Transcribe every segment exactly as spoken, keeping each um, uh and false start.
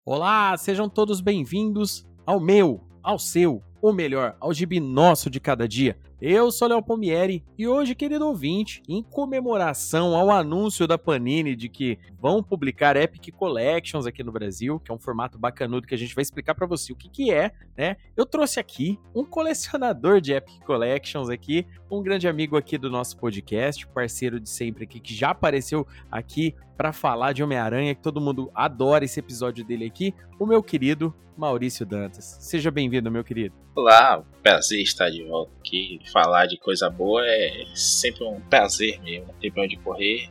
Olá, sejam todos bem-vindos ao meu, ao seu, ou melhor, ao gibi nosso de cada dia. Eu sou Léo Palmieri e hoje, querido ouvinte, em comemoração ao anúncio da Panini de que vão publicar Epic Collections aqui no Brasil, que é um formato bacanudo que a gente vai explicar para você o que que é, né? Eu trouxe aqui um colecionador de Epic Collections aqui, um grande amigo aqui do nosso podcast, parceiro de sempre aqui, que já apareceu aqui para falar de Homem-Aranha, que todo mundo adora esse episódio dele aqui, o meu querido Maurício Dantas. Seja bem-vindo, meu querido. Olá, prazer estar de volta aqui. Falar de coisa boa é sempre um prazer mesmo, não tem pra onde correr.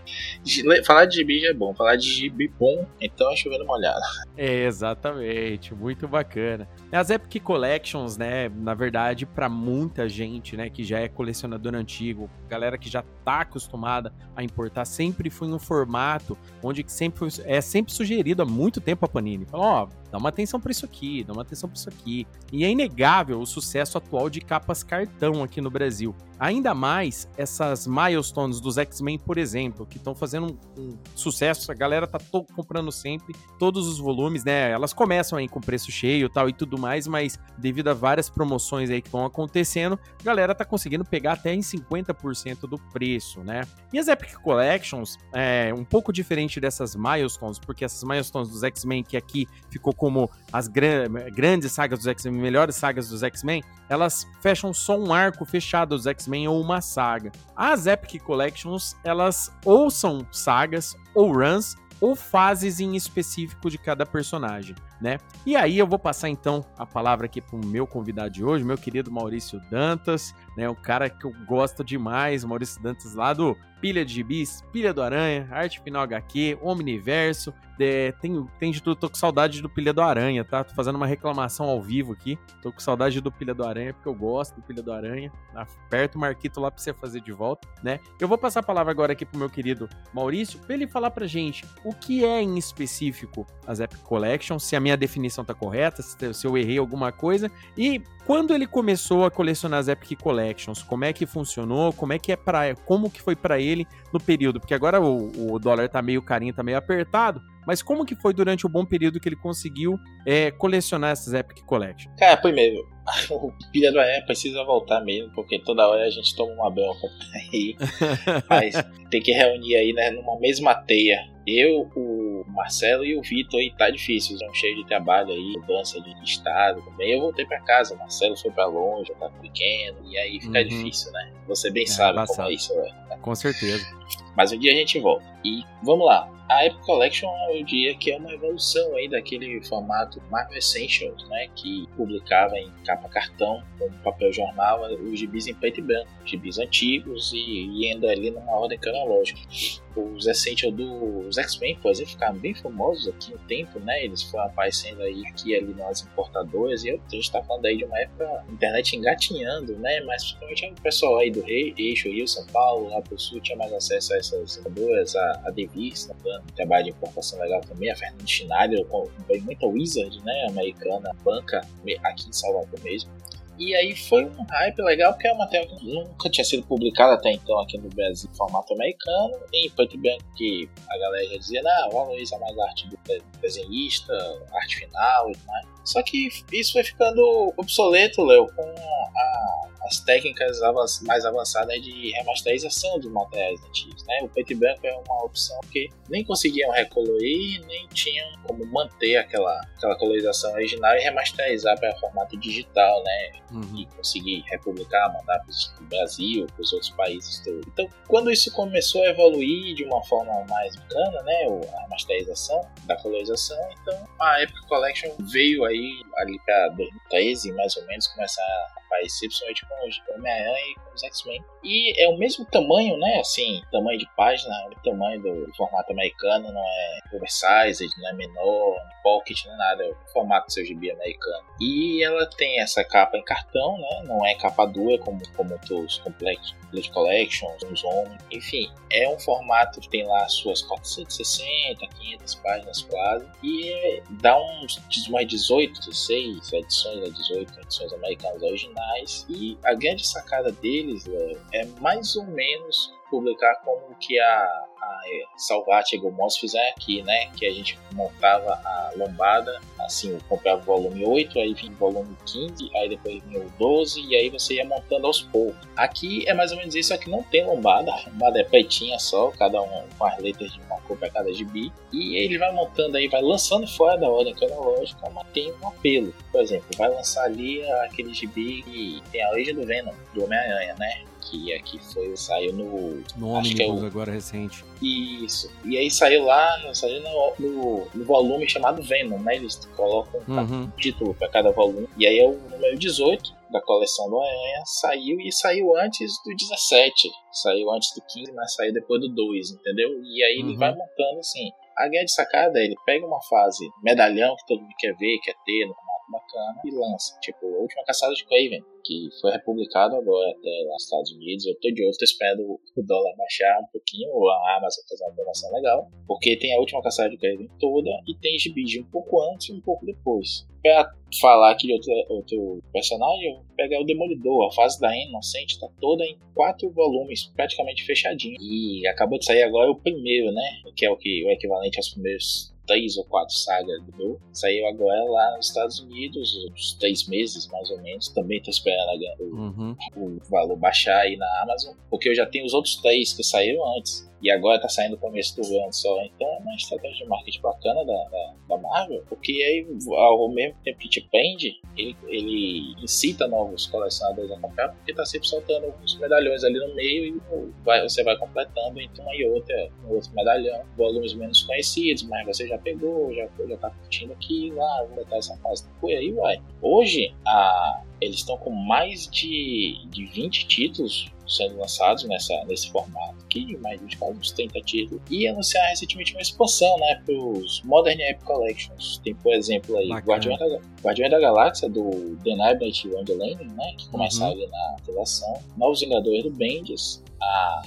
E falar de gibi já é bom, falar de gibi bom, então é chovendo molhado. É, exatamente, muito bacana. As Epic Collections, né, na verdade, para muita gente, né, que já é colecionador antigo, galera que já tá acostumada a importar, sempre foi um formato onde sempre foi, é sempre sugerido há muito tempo a Panini. Fala, ó, dá uma atenção para isso aqui, dá uma atenção para isso aqui. E é inegável o sucesso atual de capas cartão aqui no Brasil. Ainda mais essas milestones dos X-Men, por exemplo, que estão fazendo um, um sucesso, a galera tá to- comprando sempre todos os volumes, né? Elas começam aí com preço cheio tal e tudo mais, mas devido a várias promoções aí que vão acontecendo, a galera tá conseguindo pegar até em cinquenta por cento do preço, né? E as Epic Collections, é um pouco diferente dessas milestones, porque essas milestones dos X-Men, que aqui ficou como as gran- grandes sagas dos X-Men, melhores sagas dos X-Men, elas fecham só um arco fechado dos X-Men ou uma saga. As Epic Collections, elas ou são sagas, ou runs, ou fases em específico de cada personagem, né? E aí eu vou passar então a palavra aqui pro meu convidado de hoje, meu querido Maurício Dantas, né? O cara que eu gosto demais, Maurício Dantas lá do Pilha de Gibis, Pilha do Aranha, Arte Final H Q, Omniverso, é, tem, tem de tudo, tô com saudade do Pilha do Aranha, tá? Tô fazendo uma reclamação ao vivo aqui, tô com saudade do Pilha do Aranha, porque eu gosto do Pilha do Aranha, aperta o Marquito lá pra você fazer de volta, né? Eu vou passar a palavra agora aqui pro meu querido Maurício, pra ele falar pra gente o que é em específico as Epic Collections, se a minha definição tá correta, se eu errei alguma coisa, e quando ele começou a colecionar as Epic Collections, como é que funcionou, como é que é para, como que foi pra ele no período, porque agora o, o dólar tá meio carinho, tá meio apertado, mas como que foi durante o bom período que ele conseguiu é, colecionar essas Epic Collections? Cara, primeiro, o Pilha do Aranha precisa voltar mesmo, porque toda hora a gente toma uma bronca aí, mas tem que reunir aí, né, numa mesma teia. Eu, o Marcelo e o Vitor aí tá difícil, estão cheios de trabalho aí, mudança de estado também. Eu voltei pra casa, o Marcelo foi pra longe, tá pequeno, e aí fica uhum. difícil, né? Você bem é, sabe embaçado. Como é isso, né? Com certeza. Mas um dia a gente volta. E vamos lá. A Epic Collection, eu diria que é uma evolução aí daquele formato Marvel Essentials, né? Que publicava em capa cartão, com papel jornal, os gibis em preto e branco. Gibis antigos e, e indo ali numa ordem cronológica. Os Essentials dos X-Men, por exemplo, ficaram bem famosos aqui no tempo, né? Eles foram aparecendo aí aqui ali nas importadoras. E eu, a gente tá falando aí de uma época internet engatinhando, né? Mas principalmente o pessoal aí do Rei, Eixo, Rio, São Paulo, lá pro Sul, tinha mais acesso a essas importadoras, a, a Devis, tá dando um trabalho de importação legal também, a Fernanda Schneider, eu comprei muita Wizard, né? Americana, banca, aqui em Salvador mesmo. E aí foi um hype legal, porque é uma tela que nunca tinha sido publicada até então aqui no Brasil em formato americano, em preto e branco, que a galera já dizia, não, valoriza mais a arte do desenhista, arte final e tudo mais. Só que isso foi ficando obsoleto, Léo, com a, as técnicas mais avançadas de remasterização dos materiais antigos, né? O preto e branco é uma opção que nem conseguiam recolorir, nem tinham como manter aquela, aquela colorização original e remasterizar para formato digital, né? Uhum. E conseguir republicar, mandar para o Brasil, para os outros países todos. Então, quando isso começou a evoluir de uma forma mais bacana, né? A remasterização da colorização, então a Epic Collection veio aí ali para dois mil e treze, mais ou menos, começar a aparecer, principalmente com o Homem-Aranha e com os X-Men. E é o mesmo tamanho, né? Assim, tamanho de página, o tamanho do, do formato americano, não é oversized, não é menor, não é pocket, não é nada, é o formato do seu gibi americano. E ela tem essa capa em cartão, né? Não é capa dura como, como os Complete Collections, os Omni. Enfim, é um formato que tem lá suas quatrocentas e sessenta, quinhentas páginas quase. E dá uns dezoito, dezesseis edições, dezoito edições americanas originais. E a grande sacada deles é, é mais ou menos publicar como que a, a Salvat e Egomons fizeram aqui, né? Que a gente montava a lombada, assim, eu comprava o volume oito, aí vinha o volume quinze, aí depois vinha o doze, e aí você ia montando aos poucos. Aqui é mais ou menos isso, só que não tem lombada, a lombada é pretinha só, cada um com as letras de uma cor para cada gibi, e ele vai montando aí, vai lançando fora da ordem cronológica, mas tem um apelo. Por exemplo, vai lançar ali aquele gibi que tem a origem do Venom, do Homem-Aranha, né? Que aqui foi, saiu no... No Omnibus, é agora recente. Isso. E aí saiu lá, saiu no, no, no volume chamado Venom, né? Eles colocam uhum. um título para cada volume. E aí é o número dezoito da coleção do Aranha, saiu e saiu antes do dezessete. Saiu antes do quinze, mas saiu depois do dois, entendeu? E aí ele uhum. vai montando assim. A grande sacada é ele pega uma fase medalhão que todo mundo quer ver, quer ter no formato bacana, e lança. Tipo, a última caçada de Kraven, que foi republicado agora até lá nos Estados Unidos. Eu tô de olho, tô esperando o dólar baixar um pouquinho, ou a Amazon fazer uma promoção legal, porque tem a última caçada de Kraven toda e tem gibis um pouco antes e um pouco depois. Pra falar aqui de outro, outro personagem, eu vou pegar o Demolidor. A fase da Inocente tá toda em quatro volumes, praticamente fechadinho. E acabou de sair agora o primeiro, né? Que é o, que, o equivalente aos primeiros três ou quatro sagas do Dor. Saiu agora lá nos Estados Unidos, uns três meses mais ou menos. Também tô esperando o, uhum. o valor baixar aí na Amazon, porque eu já tenho os outros três que saíram antes. E agora tá saindo no começo do ano só. Então é uma estratégia de marketing bacana da, da, da Marvel, porque aí ao mesmo tempo que te prende, ele, ele incita novos colecionadores a comprar, porque tá sempre soltando alguns medalhões ali no meio e vai, você vai completando entre uma e outra, um outro medalhão, volumes menos conhecidos, mas você já pegou, já, já tá curtindo aqui, lá, vou botar essa fase, e aí vai. Hoje, a, eles estão com mais de, de vinte títulos sendo lançados nessa, nesse formato aqui, mais de quase uns trinta títulos, e anunciaram recentemente uma expansão, né, para os Modern Epic Collections. Tem, por exemplo, aí Guardiões da, Guardiões da Galáxia do Dan Abnett e Randy Lane, né, que começaram uhum. ali na relação, Novos Vingadores do Bendis, a,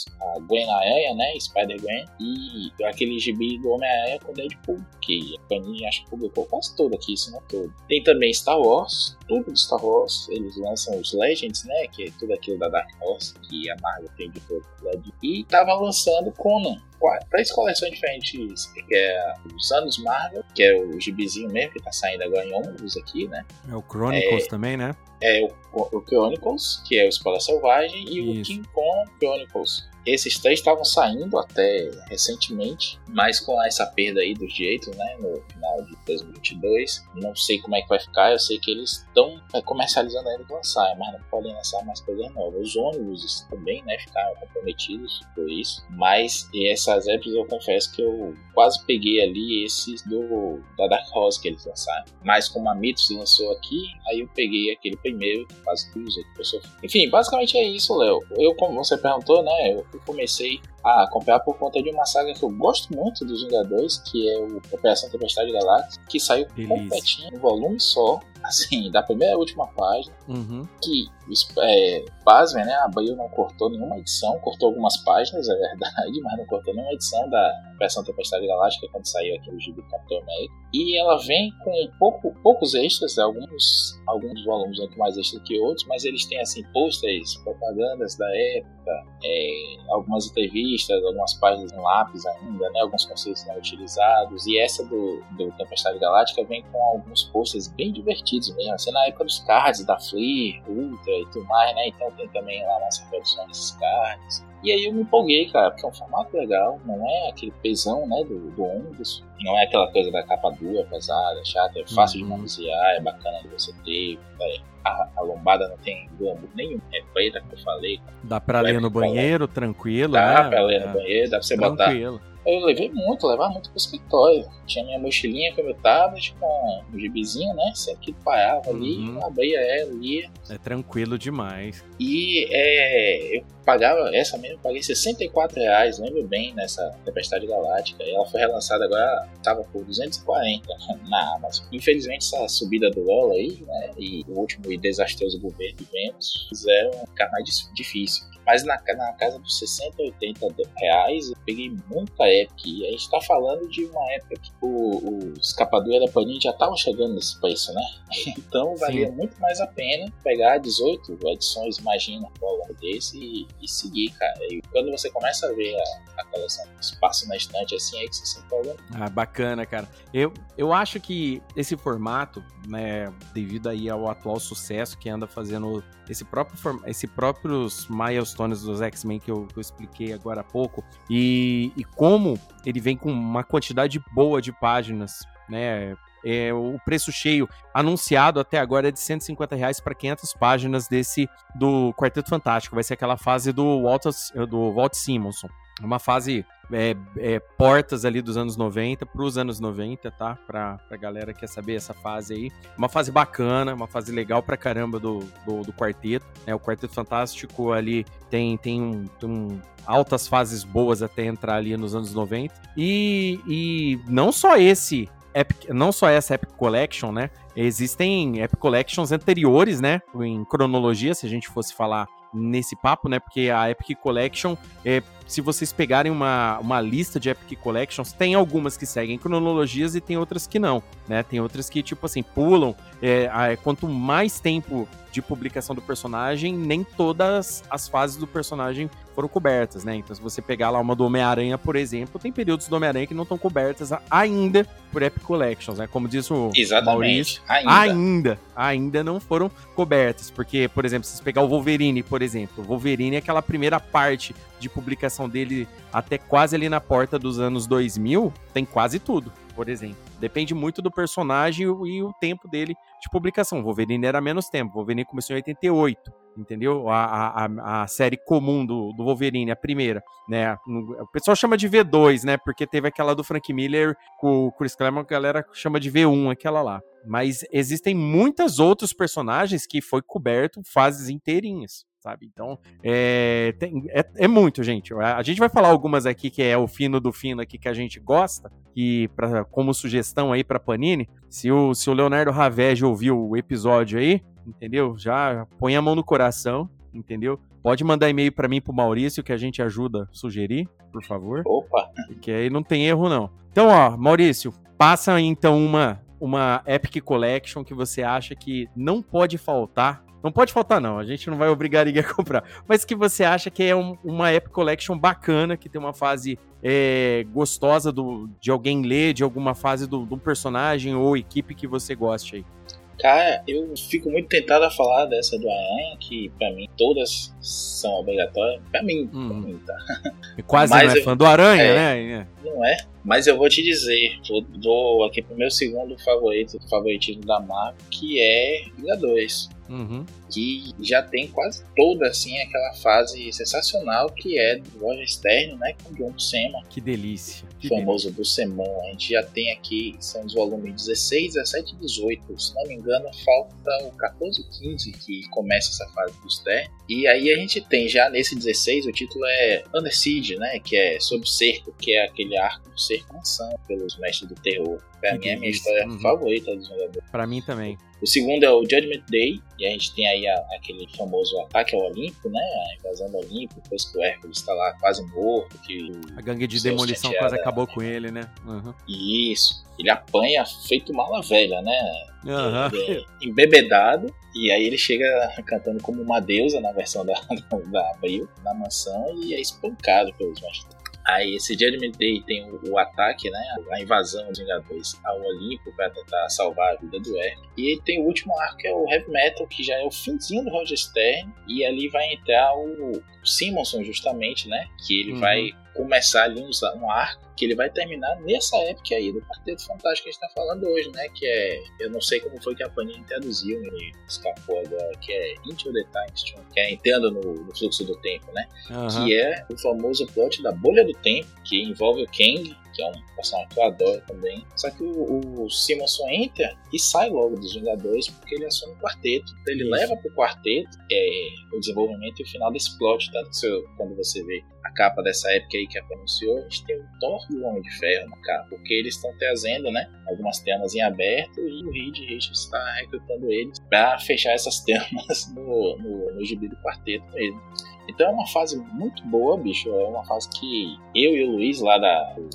a Gwen Aranha, né, Spider-Gwen, e aquele gibi do Homem-Aranha com Deadpool, que a Panini acho que publicou quase todo aqui, se não todo. Tem também Star Wars, tudo do Star Wars, eles lançam os Legends, né, que é tudo aquilo da Dark Horse, que a Marvel tem de todo. E tava lançando Conan, quatro, três coleções diferentes, que é os Anos Marvel, que é o gibizinho mesmo, que tá saindo agora em ônibus aqui, né. É o Chronicles é, também, né? É o, o Chronicles, que é o Escola Selvagem, e Isso. o King Kong Chronicles. Esses três estavam saindo até recentemente, mas com essa perda aí dos direitos, né, no final de dois mil e vinte e dois, não sei como é que vai ficar. Eu sei que eles estão comercializando ainda de lançar, mas não podem lançar mais coisas novas. Os ônibus também, né, ficaram comprometidos por isso, mas essas épocas eu confesso que eu quase peguei ali esses do da Dark Horse que eles lançaram, mas como a Mythos lançou aqui, aí eu peguei aquele primeiro que quase tudo usei. Enfim, basicamente é isso, Léo. Eu, como você perguntou, né, eu comecei a comprar por conta de uma saga que eu gosto muito dos Vingadores, que é o Operação Tempestade Galáctica, que saiu completinho, um volume só, assim, da primeira à última página, uhum. que, é, pasmem, né, a Abril não cortou nenhuma edição, cortou algumas páginas, é verdade, mas não cortou nenhuma edição da Operação Tempestade Galáctica quando saiu aqui o gibi do Capitão América, e ela vem com pouco, poucos extras, alguns, alguns volumes aqui mais extras que outros, mas eles têm, assim, posters, propagandas da época, é, algumas entrevistas, algumas páginas em lápis ainda, né, alguns conceitos não utilizados, e essa do, do Tempestade Galáctica vem com alguns posters bem divertidos mesmo, assim, na época dos cards da Flea, Ultra e tudo mais, né, então tem também lá nossa produção desses cards. E aí eu me empolguei, cara, porque é um formato legal, não é aquele pesão, né, do, do ônibus, não é aquela coisa da capa dura, pesada, chata, é fácil uhum. de manusear, é bacana de você ter, é, a, a lombada não tem glamour nenhum, é preta, como eu falei. Dá pra ler no banheiro, tranquilo, dá né? pra ler no banheiro, dá pra você tranquilo. botar... Eu levei muito, levava muito pro escritório. Tinha minha mochilinha com meu tablet, com um gibizinho, né? Sempre que parava ali, uhum. abria ela, lia. É tranquilo demais. E é, eu pagava, essa mesmo, eu paguei sessenta e quatro reais, lembro bem, nessa Tempestade Galáctica. E ela foi relançada agora, tava por duzentos e quarenta na Amazon. Infelizmente, essa subida do dólar aí, né? E o último e desastroso governo que tivemos fizeram ficar mais difícil. Mas na, na casa dos sessenta, oitenta reais, eu peguei muita época. E a gente tá falando de uma época que o, os capadura da Panini já estavam chegando nesse preço, né? Então valia Sim. muito mais a pena pegar dezoito edições, imagina, ao longo desse e, e seguir, cara. E quando você começa a ver a, a coleção espaço na estante, assim, é aí que você se empolga. Ah, bacana, cara. Eu, eu acho que esse formato, né, devido aí ao atual sucesso que anda fazendo esse próprio esse próprios milestones dos X-Men que eu, que eu expliquei agora há pouco, e, e como ele vem com uma quantidade boa de páginas, né? É, o preço cheio anunciado até agora é de cento e cinquenta reais para quinhentas páginas desse do Quarteto Fantástico. Vai ser aquela fase do Walt, do Walt Simonson. Uma fase é, é, portas ali dos anos noventa para os anos noventa, tá? Pra, pra galera que quer saber essa fase aí. Uma fase bacana, uma fase legal pra caramba do, do, do quarteto. Né? O Quarteto Fantástico ali tem, tem, um, tem um, altas fases boas até entrar ali nos anos noventa. E, e não só esse... Epic, não só essa Epic Collection, né? Existem Epic Collections anteriores, né? Em cronologia, se a gente fosse falar nesse papo, né? Porque a Epic Collection, é, se vocês pegarem uma, uma lista de Epic Collections, tem algumas que seguem cronologias e tem outras que não, né? Tem outras que, tipo assim, pulam. É, é, quanto mais tempo de publicação do personagem, nem todas as fases do personagem foram cobertas, né? Então, se você pegar lá uma do Homem-Aranha, por exemplo, tem períodos do Homem-Aranha que não estão cobertas ainda por Epic Collections, né? Como diz o Exatamente. Maurício, ainda. ainda, ainda não foram cobertas, porque, por exemplo, se você pegar o Wolverine, por exemplo, o Wolverine é aquela primeira parte de publicação dele até quase ali na porta dos anos dois mil, tem quase tudo, por exemplo. Depende muito do personagem e o tempo dele de publicação. O Wolverine era menos tempo. O Wolverine começou em oitenta e oito, entendeu? A, a, a série comum do, do Wolverine, a primeira, né? O pessoal chama de V dois, né? Porque teve aquela do Frank Miller com o Chris Claremont, que a galera chama de V um, aquela lá. Mas existem muitos outros personagens que foi coberto fases inteirinhas, sabe? Então, é, tem, é, é muito, gente. A gente vai falar algumas aqui que é o fino do fino aqui que a gente gosta, e pra, como sugestão aí pra Panini, se o, se o Leonardo Ravege ouviu o episódio aí, entendeu? Já põe a mão no coração, entendeu? Pode mandar e-mail pra mim, pro Maurício, que a gente ajuda a sugerir, por favor. Opa! Porque aí não tem erro, não. Então, ó, Maurício, passa aí, então uma, uma Epic Collection que você acha que não pode faltar. Não pode faltar, não. A gente não vai obrigar ninguém a comprar. Mas que você acha que é um, uma Epic Collection bacana, que tem uma fase é, gostosa do, de alguém ler, de alguma fase do, do personagem ou equipe que você goste aí. Cara, eu fico muito tentado a falar dessa do Aranha, que pra mim todas são obrigatórias. Pra mim, hum. pra mim, tá? Quase Mas não é eu, fã do Aranha, é, né? Não é. Mas eu vou te dizer, vou, dou aqui pro meu segundo favorito, favoritismo da Marvel, que é Vingadores. Uhum. Que já tem quase toda assim aquela fase sensacional que é do Roger Stern, né, com o John Buscema. Que delícia. O famoso Buscemon. A gente já tem aqui, são os volumes dezesseis, dezessete e dezoito. Se não me engano, falta o catorze e quinze que começa essa fase do Stern. E aí a gente tem já nesse dezesseis, o título é Under Siege, né, que é Sob Cerco, que é aquele arco do Cerco Mansão pelos mestres do terror. Pra que mim é a minha história uhum. favorita dos Vingadores. Pra mim também. O segundo é o Judgment Day, e a gente tem aí a, aquele famoso ataque ao Olimpo, né? A invasão do Olimpo, depois que o Hércules está lá quase morto. Que a gangue de demolição quase acabou com ele, né? Uhum. Isso. Ele apanha feito mala velha, né? Uhum. Ele é embebedado, e aí ele chega cantando como uma deusa na versão da, da Abril, na mansão, e é espancado pelos mestres. Aí esse Judgment Day tem o, o ataque, né, a invasão dos Vingadores ao Olimpo para tentar salvar a vida do Hércules. E aí tem o último arco, que é o Heavy Metal, que já é o finzinho do Roger Stern, e ali vai entrar o Simonson justamente, né, que ele uhum. vai começar ali um, um arco que ele vai terminar nessa época aí do Quarteto Fantástico que a gente tá falando hoje, né, que é, eu não sei como foi que a Panini traduziu, me escapou agora, que é Into the Time Stream, que é Entrando no, no Fluxo do Tempo, né, uhum. que é o famoso plot da Bolha do Tempo, que envolve o Kang, que é um personagem que eu adoro também. Só que o, o Simonson entra e sai logo dos Vingadores porque ele assume o quarteto. Então ele Isso. leva pro quarteto é, o desenvolvimento e o final desse plot. Tanto que quando você vê a capa dessa época aí que anunciou, a gente tem o Thor e o Homem de Ferro na capa. Porque eles estão trazendo, né, algumas temas em aberto e o Reed Richards está recrutando eles para fechar essas temas no, no, no gibi do quarteto mesmo. Então é uma fase muito boa, bicho. É uma fase que eu e o Luiz lá da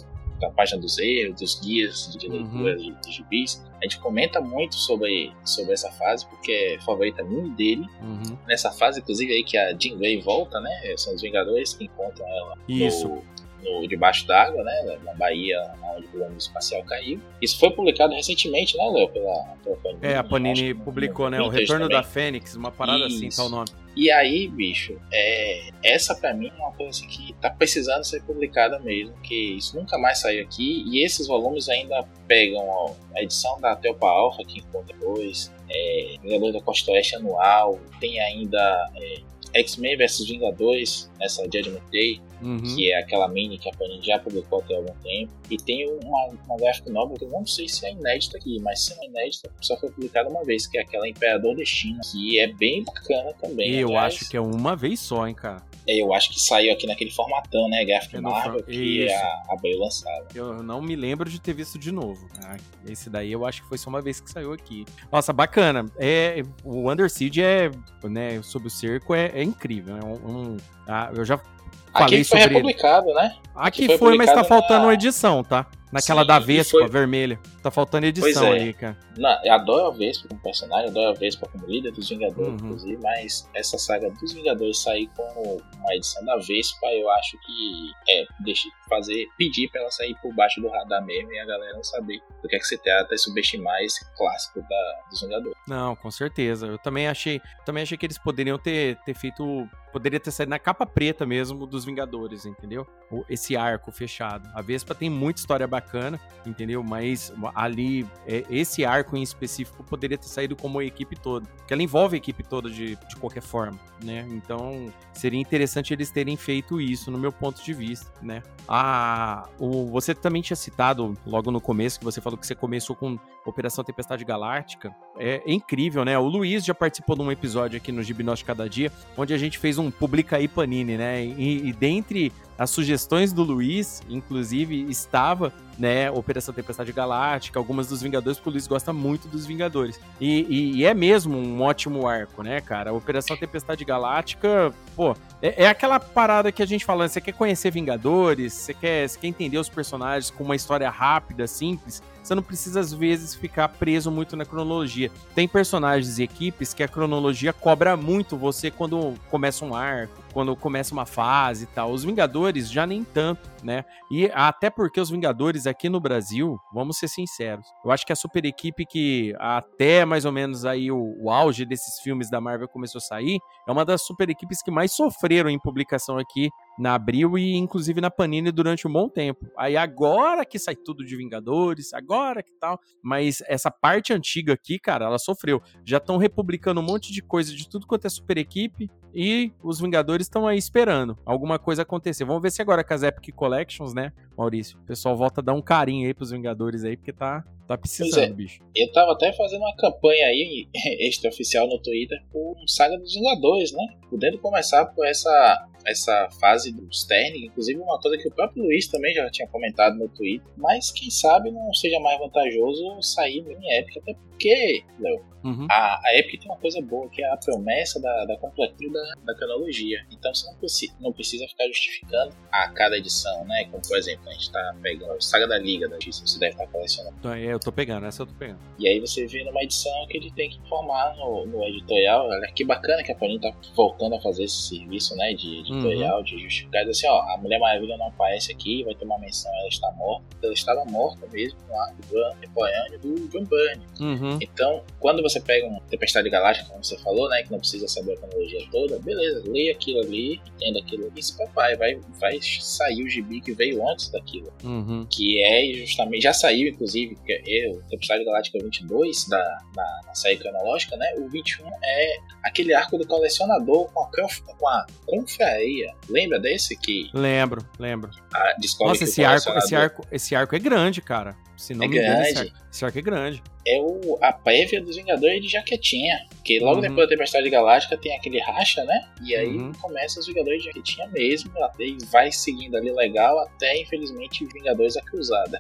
da página dos erros, dos guias de leitura uhum. de, de gibis, a gente comenta muito sobre, sobre essa fase, porque é favorita minha dele. Uhum. Nessa fase, inclusive, aí que a Jean Grey volta, né? São os Vingadores que encontram ela Isso. no... No, debaixo d'água, né, na Bahia, onde o ônibus espacial caiu. Isso foi publicado recentemente, né, Léo, pela, pela Panini. É, a Panini publicou, né, o Retorno também. Da Fênix, uma parada Isso. assim, tá o nome. E aí, bicho, é, essa pra mim é uma coisa assim que tá precisando ser publicada mesmo, que isso nunca mais saiu aqui, e esses volumes ainda pegam ó, a edição da Telpa Alpha, que encontra depois, é, Vingadores da Costa Oeste anual, tem ainda é, X-Men versus Vingadores, nessa Judgment Day, uhum. que é aquela mini que a Panini já publicou até algum tempo. E tem uma, uma graphic novel que eu não sei se é inédita aqui, mas se não é inédita, só foi publicada uma vez, que é aquela Imperador Destino, que é bem bacana também. Eu aliás. acho que é uma vez só, hein, cara. Eu acho que saiu aqui naquele formatão, né, Graphic Marvel, que é a, a Bale lançada. Eu não me lembro de ter visto de novo. Ah, esse daí eu acho que foi só uma vez que saiu aqui. Nossa, bacana. É, o Under Siege é, né, sob o cerco é, é incrível. É um, um, ah, eu já falei aqui foi sobre republicado, ele. Né? Aqui, aqui foi, foi mas tá faltando na... uma edição, tá? Naquela Sim, da Vespa foi... vermelha. Tá faltando edição é. aí, cara. Não, eu adoro a Vespa como personagem, adoro a Vespa como líder dos Vingadores, uhum. inclusive, mas essa saga dos Vingadores sair com uma edição da Vespa, eu acho que é, deixa fazer, pedir pra ela sair por baixo do radar mesmo e a galera não saber do que é que se trata e subestimar esse clássico da, dos Vingadores. Não, com certeza. Eu também achei, também achei que eles poderiam ter, ter feito, poderia ter saído na capa preta mesmo dos Vingadores, entendeu? Esse arco fechado. A Vespa tem muita história bacana, entendeu? Mas ali, esse arco em específico poderia ter saído como a equipe toda, porque ela envolve a equipe toda de, de qualquer forma, né? Então, seria interessante eles terem feito isso, no meu ponto de vista, né? Ah, o, você também tinha citado logo no começo, que você falou que você começou com Operação Tempestade Galáctica. É, é incrível, né? O Luiz já participou de um episódio aqui no Gibnóstico Cada Dia, onde a gente fez um Publica aí Panini, né? E, e dentre as sugestões do Luiz, inclusive, estava, né, Operação Tempestade Galáctica, algumas dos Vingadores, porque o Luiz gosta muito dos Vingadores. E, e, e é mesmo um ótimo arco, né, cara? A Operação Tempestade Galáctica, pô, é, é aquela parada que a gente fala, você quer conhecer Vingadores, você quer, você quer entender os personagens com uma história rápida, simples, você não precisa, às vezes, ficar preso muito na cronologia. Tem personagens e equipes que a cronologia cobra muito você quando começa um arco, quando começa uma fase e tal. Os Vingadores já nem tanto, né? E até porque os Vingadores aqui no Brasil, vamos ser sinceros, eu acho que a super equipe que até mais ou menos aí o, o auge desses filmes da Marvel começou a sair, é uma das super equipes que mais sofreram em publicação aqui na Abril e inclusive na Panini durante um bom tempo. Aí agora que sai tudo de Vingadores, agora que tal, mas essa parte antiga aqui, cara, ela sofreu. Já estão republicando um monte de coisa de tudo quanto é super equipe e os Vingadores estão aí esperando alguma coisa acontecer. Vamos ver se agora com as Epic Collections, né, Maurício, o pessoal volta a dar um carinho aí pros Vingadores aí, porque tá, tá precisando, é. bicho. Eu tava até fazendo uma campanha aí, extraoficial no Twitter, por Saga dos Vingadores, né, podendo começar por essa... essa fase do Stern, inclusive uma coisa que o próprio Luiz também já tinha comentado no Twitter, mas quem sabe não seja mais vantajoso sair em Epic, até porque, Léo, uhum. a, a Epic tem uma coisa boa, que é a promessa da, da completude da, da cronologia, então você não precisa, não precisa ficar justificando a cada edição, né, como por exemplo, a gente tá pegando a Saga da Liga da Justiça, você deve estar colecionando. Eu tô pegando, essa eu tô pegando. E aí você vê numa edição que ele tem que informar no, no editorial, olha que bacana que a Panini tá voltando a fazer esse serviço, né, de, de editorial, uhum. de justificar, assim, ó, a Mulher Maravilha não aparece aqui, vai ter uma menção, ela está morta, ela estava morta mesmo no arco contemporâneo do John Byrne. Uhum. Então, quando você pega um Tempestade Galáctica, como você falou, né, que não precisa saber a cronologia toda, beleza, leia aquilo ali, entenda aquilo ali, se papai, vai, vai sair o gibi que veio antes daquilo, uhum. que é justamente, já saiu inclusive, eu, Tempestade Galáctica vinte e dois, da, da, na série cronológica, né, o vinte e um é aquele arco do colecionador com a, com a confraria. Lembra desse que... Lembro, lembro. A, Nossa, esse arco, esse, arco, esse arco é grande, cara. Se não é me grande. engano, esse arco, esse arco é grande. É o, a prévia dos Vingadores de Jaquetinha. Que logo uhum. depois da Tempestade Galáctica tem aquele racha, né? E aí uhum. começa os Vingadores de Jaquetinha mesmo. E vai seguindo ali legal até, infelizmente, os Vingadores da Cruzada.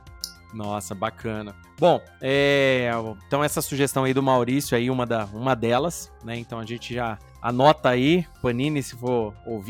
Nossa, bacana. Bom, é, então essa sugestão aí do Maurício aí, uma, da, uma delas, né? Então a gente já anota aí, Panini, se for ouvir,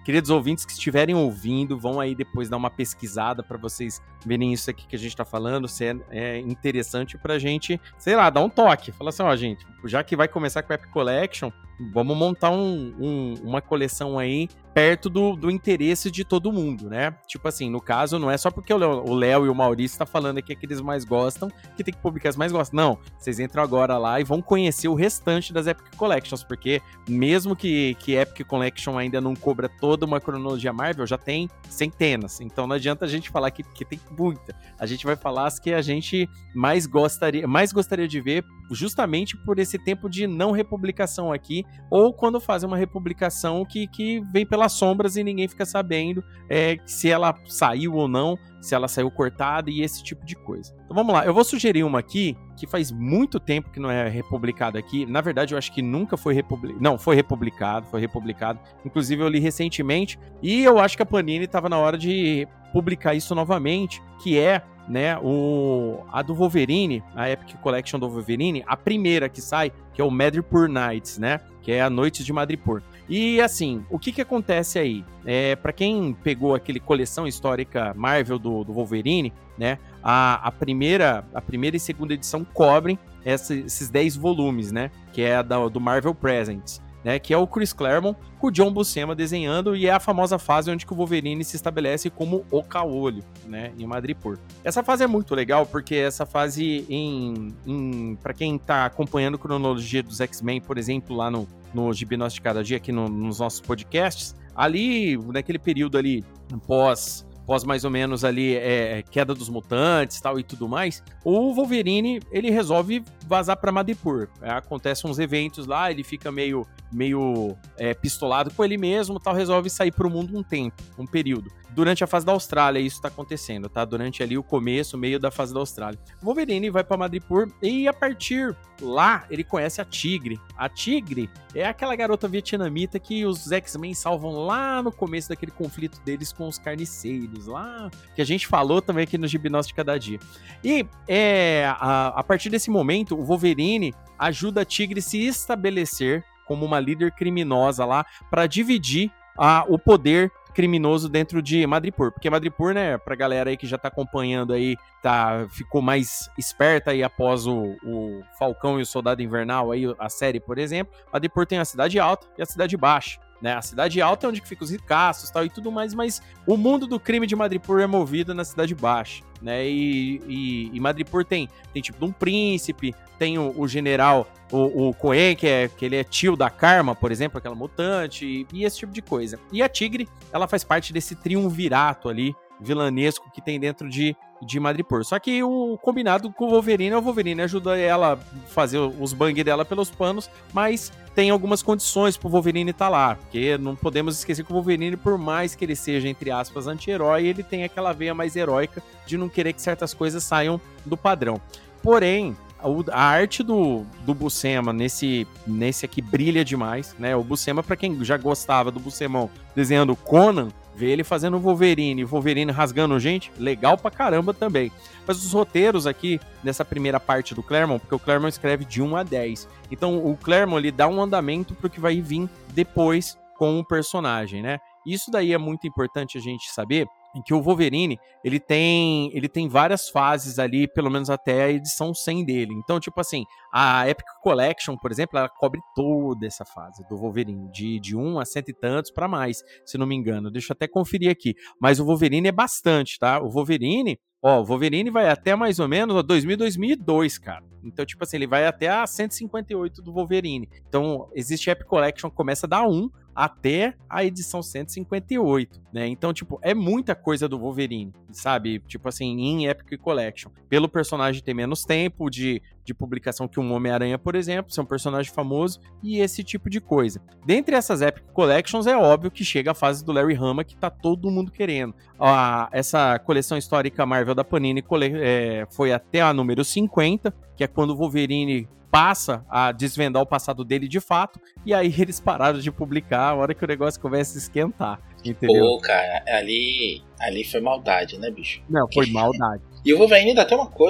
queridos ouvintes que estiverem ouvindo, vão aí depois dar uma pesquisada para vocês verem isso aqui que a gente tá falando, se é, é interessante pra gente, sei lá, dar um toque. Fala assim, ó, gente, já que vai começar com a Epic Collection, vamos montar um, um, uma coleção aí perto do, do interesse de todo mundo, né? Tipo assim, no caso, não é só porque o Léo e o Maurício tá falando aqui que eles mais gostam, que tem que publicar as mais gostam. Não, vocês entram agora lá e vão conhecer o restante das Epic Collections, porque mesmo que, que Epic Collection ainda não cobra toda uma cronologia Marvel, já tem centenas. Então não adianta a gente falar que, que tem muita. A gente vai falar as que a gente mais gostaria, mais gostaria de ver, justamente por esse tempo de não republicação aqui, ou quando fazem uma republicação que, que vem pelas sombras e ninguém fica sabendo é, se ela saiu ou não, se ela saiu cortada e esse tipo de coisa. Então vamos lá, eu vou sugerir uma aqui que faz muito tempo que não é republicado aqui. Na verdade, eu acho que nunca foi republicado. Não, foi republicado, foi republicado. Inclusive, eu li recentemente e eu acho que a Panini estava na hora de publicar isso novamente, que é, né, o, a do Wolverine, a Epic Collection do Wolverine, a primeira que sai, que é o Madripoor Nights, né, que é a Noites de Madripoor. E assim, o que que acontece aí? É, para quem pegou aquele coleção histórica Marvel do, do Wolverine, né, a, a, primeira, a primeira e segunda edição cobrem essa, esses dez volumes, né, que é a da, do Marvel Presents, né, que é o Chris Claremont com o John Buscema desenhando, e é a famosa fase onde que o Wolverine se estabelece como o Caolho, né, em Madripoor. Essa fase é muito legal, porque essa fase, em, em, para quem tá acompanhando a cronologia dos X-Men, por exemplo, lá no, no Gibi Nosso de Cada Dia, aqui no, nos nossos podcasts, ali, naquele período ali, pós... pós mais ou menos ali, é, queda dos mutantes tal e tudo mais, o Wolverine, ele resolve vazar pra Madripoor. É, acontecem uns eventos lá, ele fica meio, meio é, pistolado com ele mesmo, tal, resolve sair pro mundo um tempo, um período. Durante a fase da Austrália isso tá acontecendo, tá? Durante ali o começo, meio da fase da Austrália. O Wolverine vai pra Madripoor e a partir lá ele conhece a Tigre. A Tigre é aquela garota vietnamita que os X-Men salvam lá no começo daquele conflito deles com os carniceiros, lá que a gente falou também aqui no Gibi Nosso de Cada Dia. E é, a, a partir desse momento, o Wolverine ajuda a Tigre a se estabelecer como uma líder criminosa lá para dividir a, o poder criminoso dentro de Madripoor, porque Madripoor, né, pra galera aí que já tá acompanhando aí, tá, ficou mais esperta aí após o, o Falcão e o Soldado Invernal, aí a série, por exemplo, Madripoor tem a Cidade Alta e a Cidade Baixa, né, a Cidade Alta é onde fica os ricaços tal, e tudo mais, mas o mundo do crime de Madripoor é movido na Cidade Baixa, né, e, e, e Madripoor tem, tem tipo um príncipe, tem o, o general, o, o Coen, que, é, que ele é tio da Karma, por exemplo, aquela mutante, e, e esse tipo de coisa. E a Tigre, ela faz parte desse triunvirato ali, vilanesco, que tem dentro de, de Madripoor. Só que o combinado com o Wolverine, o Wolverine ajuda ela a fazer os bang dela pelos panos, mas tem algumas condições pro Wolverine estar lá, porque não podemos esquecer que o Wolverine, por mais que ele seja, entre aspas, anti-herói, ele tem aquela veia mais heróica de não querer que certas coisas saiam do padrão. Porém, a arte do, do Buscema nesse, nesse aqui brilha demais, né? O Buscema, pra quem já gostava do Buscemão desenhando Conan, ver ele fazendo o Wolverine, o Wolverine rasgando gente, legal pra caramba também. Mas os roteiros aqui, nessa primeira parte do Claremont, porque o Claremont escreve de um a dez. Então o Claremont, ele dá um andamento pro que vai vir depois com o personagem, né? Isso daí é muito importante a gente saber, em que o Wolverine, ele tem, ele tem várias fases ali, pelo menos até a edição cem dele. Então, tipo assim, a Epic Collection, por exemplo, ela cobre toda essa fase do Wolverine, de, de um a cento e tantos para mais, se não me engano. Deixa eu até conferir aqui. Mas o Wolverine é bastante, tá? O Wolverine, ó, o Wolverine vai até mais ou menos dois mil, dois mil e dois, cara. Então, tipo assim, ele vai até a cento e cinquenta e oito do Wolverine. Então, existe a Epic Collection, começa da um até a edição cento e cinquenta e oito, né? Então, tipo, é muita coisa do Wolverine, sabe? Tipo assim, em Epic Collection. Pelo personagem ter menos tempo de, de publicação que um Homem-Aranha, por exemplo, ser um personagem famoso e esse tipo de coisa. Dentre essas Epic Collections, é óbvio que chega a fase do Larry Hama, que tá todo mundo querendo. Ah, essa coleção histórica Marvel da Panini é, foi até a número cinquenta, que é quando o Wolverine passa a desvendar o passado dele de fato, e aí eles pararam de publicar a hora que o negócio começa a esquentar, entendeu? Pô, cara, ali, ali foi maldade, né, bicho? Não, foi maldade. E o Wolverine ainda tem uma coisa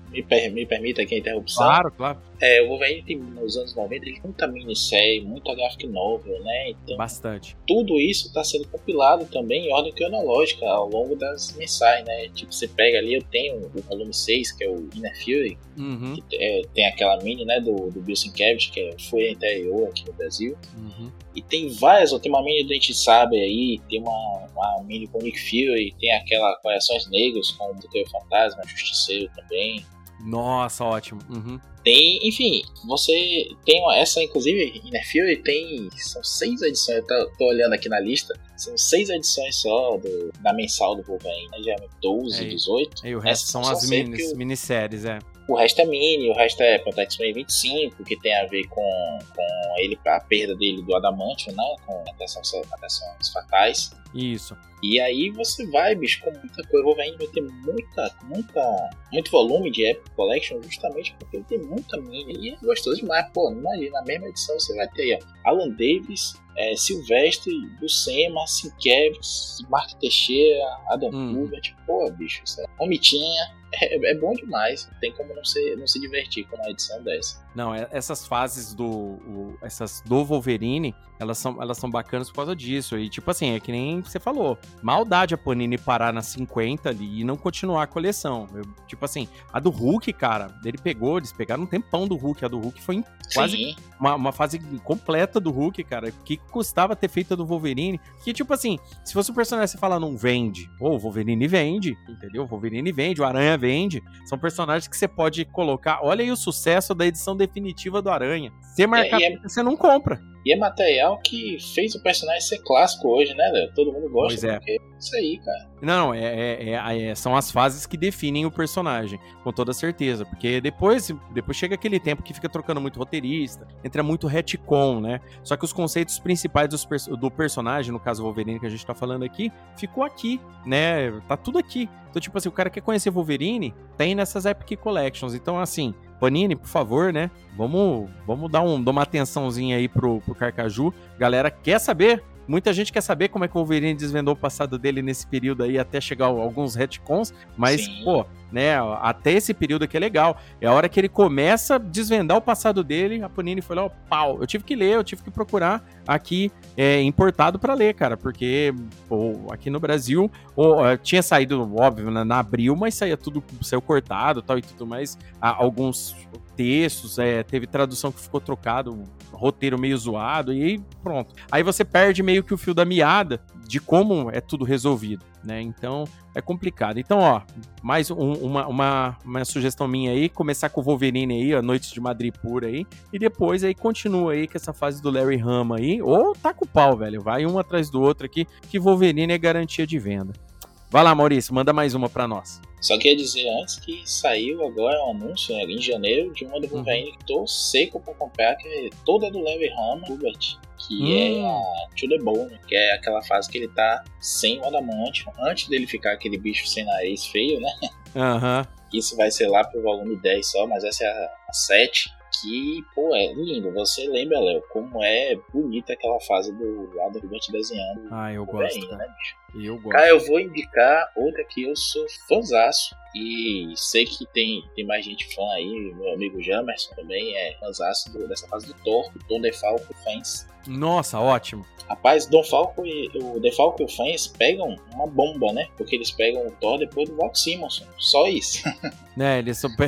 me, per, me permita aqui a interrupção. Claro, claro. É, o Wolverine tem, nos anos noventa, ele tem muita minissérie, muita graphic novel, né? Então, bastante. Tudo isso está sendo compilado também em ordem cronológica ao longo das mensais, né? Tipo, você pega ali, eu tenho o volume seis, que é o Inner Fury, uhum. que é, tem aquela mini, né, do, do Bill Sienkiewicz, que é, foi anterior aqui no Brasil. Uhum. E tem várias, tem uma mini do Dente Saber aí, tem uma, uma mini com Nick Fury, tem aquela Corações Negros com o Motoqueiro Fantasma, Justiceiro também. Nossa, ótimo. Uhum. Tem, enfim, você tem uma, essa, inclusive, Inner Fury tem, são seis edições, eu tô, tô olhando aqui na lista, são seis edições só do, da mensal do Wolverine, né, geralmente doze, é, dezoito. E o resto Essas são são as minis, minisséries, é. O resto é mini, o resto é Contra X-Men vinte e cinco, que tem a ver com, com ele, a perda dele do Adamantium, né? Com Atenções Fatais. Isso. E aí você vai, bicho, com muita coisa. O Wolverine vai ter muita, muita, muito volume de Epic Collection, justamente porque ele tem muita mini. E é gostoso demais. Pô, imagina, na mesma edição você vai ter aí, ó, Alan Davis, é, Silvestre, Buscema, Sienkiewicz, Mark Teixeira, Adam hum. Kubert. Pô, bicho, isso é Romitinha. É, é bom demais, não tem como não se, não se divertir com uma edição dessa. Não, essas fases do o, essas do Wolverine, elas são, elas são bacanas por causa disso. E tipo assim, é que nem você falou, maldade a Panini parar nas cinquenta ali e não continuar a coleção. Eu, tipo assim, a do Hulk, cara, ele pegou, eles pegaram um tempão do Hulk, a do Hulk foi quase uma, uma fase completa do Hulk, cara, que custava ter feito a do Wolverine, que tipo assim, se fosse um personagem que você fala não vende, ou o Wolverine vende, entendeu? O Wolverine vende, o Aranha vende, são personagens que você pode colocar, olha aí o sucesso da edição definitiva do Aranha, você marcar, é, é, você não compra. E é material que fez o personagem ser clássico hoje, né, Léo? Todo mundo gosta, pois é. Porque é isso aí, cara. Não, é, é, é, é, são as fases que definem o personagem, com toda certeza, porque depois, depois chega aquele tempo que fica trocando muito roteirista, entra muito retcon, né? Só que os conceitos principais dos, do personagem, no caso Wolverine que a gente tá falando aqui, ficou aqui, né? Tá tudo aqui. Então, tipo assim, o cara quer conhecer Wolverine, tem nessas Epic Collections. Então, assim, Panini, por favor, né? Vamos, vamos dar, um, dar uma atençãozinha aí pro, pro Carcaju. Galera, quer saber? Muita gente quer saber como é que o Wolverine desvendou o passado dele nesse período aí, até chegar a alguns retcons, mas, Sim. pô, né, até esse período aqui é legal. É a hora que ele começa a desvendar o passado dele, a Panini foi lá, ó, pau. Eu tive que ler, eu tive que procurar aqui é, importado pra ler, cara, porque pô, aqui no Brasil ó, tinha saído, óbvio, na, na Abril, mas saía tudo, saiu cortado tal e tudo mais. Há alguns textos, é, teve tradução que ficou trocado, roteiro meio zoado, e aí pronto. Aí você perde meio que o fio da meada de como é tudo resolvido, né? Então é complicado. Então, ó, mais um, uma, uma, uma sugestão minha aí, começar com o Wolverine aí, ó, Noites de Madrid pura aí, e depois aí continua aí com essa fase do Larry Hama aí, ou tá com o pau, velho, vai um atrás do outro aqui, que Wolverine é garantia de venda. Vai lá, Maurício, manda mais uma pra nós. Só queria dizer antes que saiu agora um anúncio, né, em janeiro, de uma do Wolverine uhum. que tô seco pra comprar, que é toda do Larry Hama, Kubert, que hum. é a To The Bone, que é aquela fase que ele tá sem o Adamantium, antes dele ficar aquele bicho sem nariz feio, né? Aham. Uhum. Isso vai ser lá pro volume dez só, mas essa é a, a sete. Que, pô, é lindo. Você lembra, Léo, como é bonita aquela fase do Adam Kubert desenhando. Ah, eu gosto, Wolverine, né, bicho? Eu gosto. Cara, eu vou indicar outra que eu sou fãzaço. E sei que tem, tem mais gente fã aí. Meu amigo Jamerson também é fãzaço do, dessa fase do Thor, do Don DeFalco Fans. Nossa, ótimo. Rapaz, Don Falco e o DeFalco e o Fans pegam uma bomba, né? Porque eles pegam o Thor depois do Walt Simonson. Só isso. Né, eles são...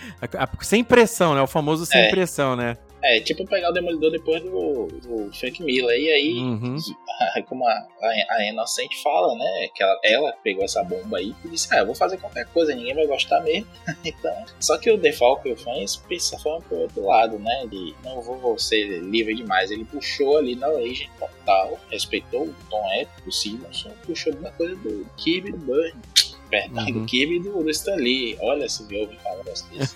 sem pressão, né? O famoso sem é. pressão, né? É, tipo pegar o Demolidor depois do, do Frank Miller. E aí, uhum. como a, a Inocente fala, né? Que ela, ela pegou essa bomba aí e disse, ah, eu vou fazer qualquer coisa, ninguém vai gostar mesmo. Então, só que o DeFalco e o Fans pensavam pro outro lado, né? De não vou ser livre demais. Ele puxou ali na origem total, respeitou o tom épico do Simonson, puxou muita coisa do Kirby e do Byrne. Perdão, uhum. do Kirby e do, do Stan Lee. Olha se me ouve falar disso.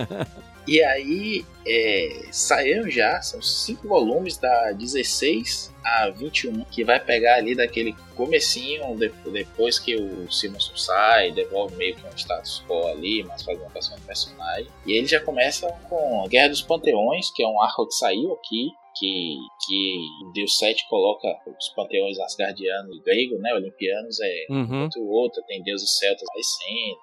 E aí, é, saíram já, são cinco volumes da dezesseis a vinte e um, que vai pegar ali daquele comecinho, de, depois que o Simonson sai, devolve meio que um status quo ali, mas faz uma versão do personagem. E eles já começam com Guerra dos Panteões, que é um arco que saiu aqui, que, que Deus sete coloca os panteões asgardianos e grego, né, olimpianos, é uhum. outro outro, tem deuses celtas aparecendo, mas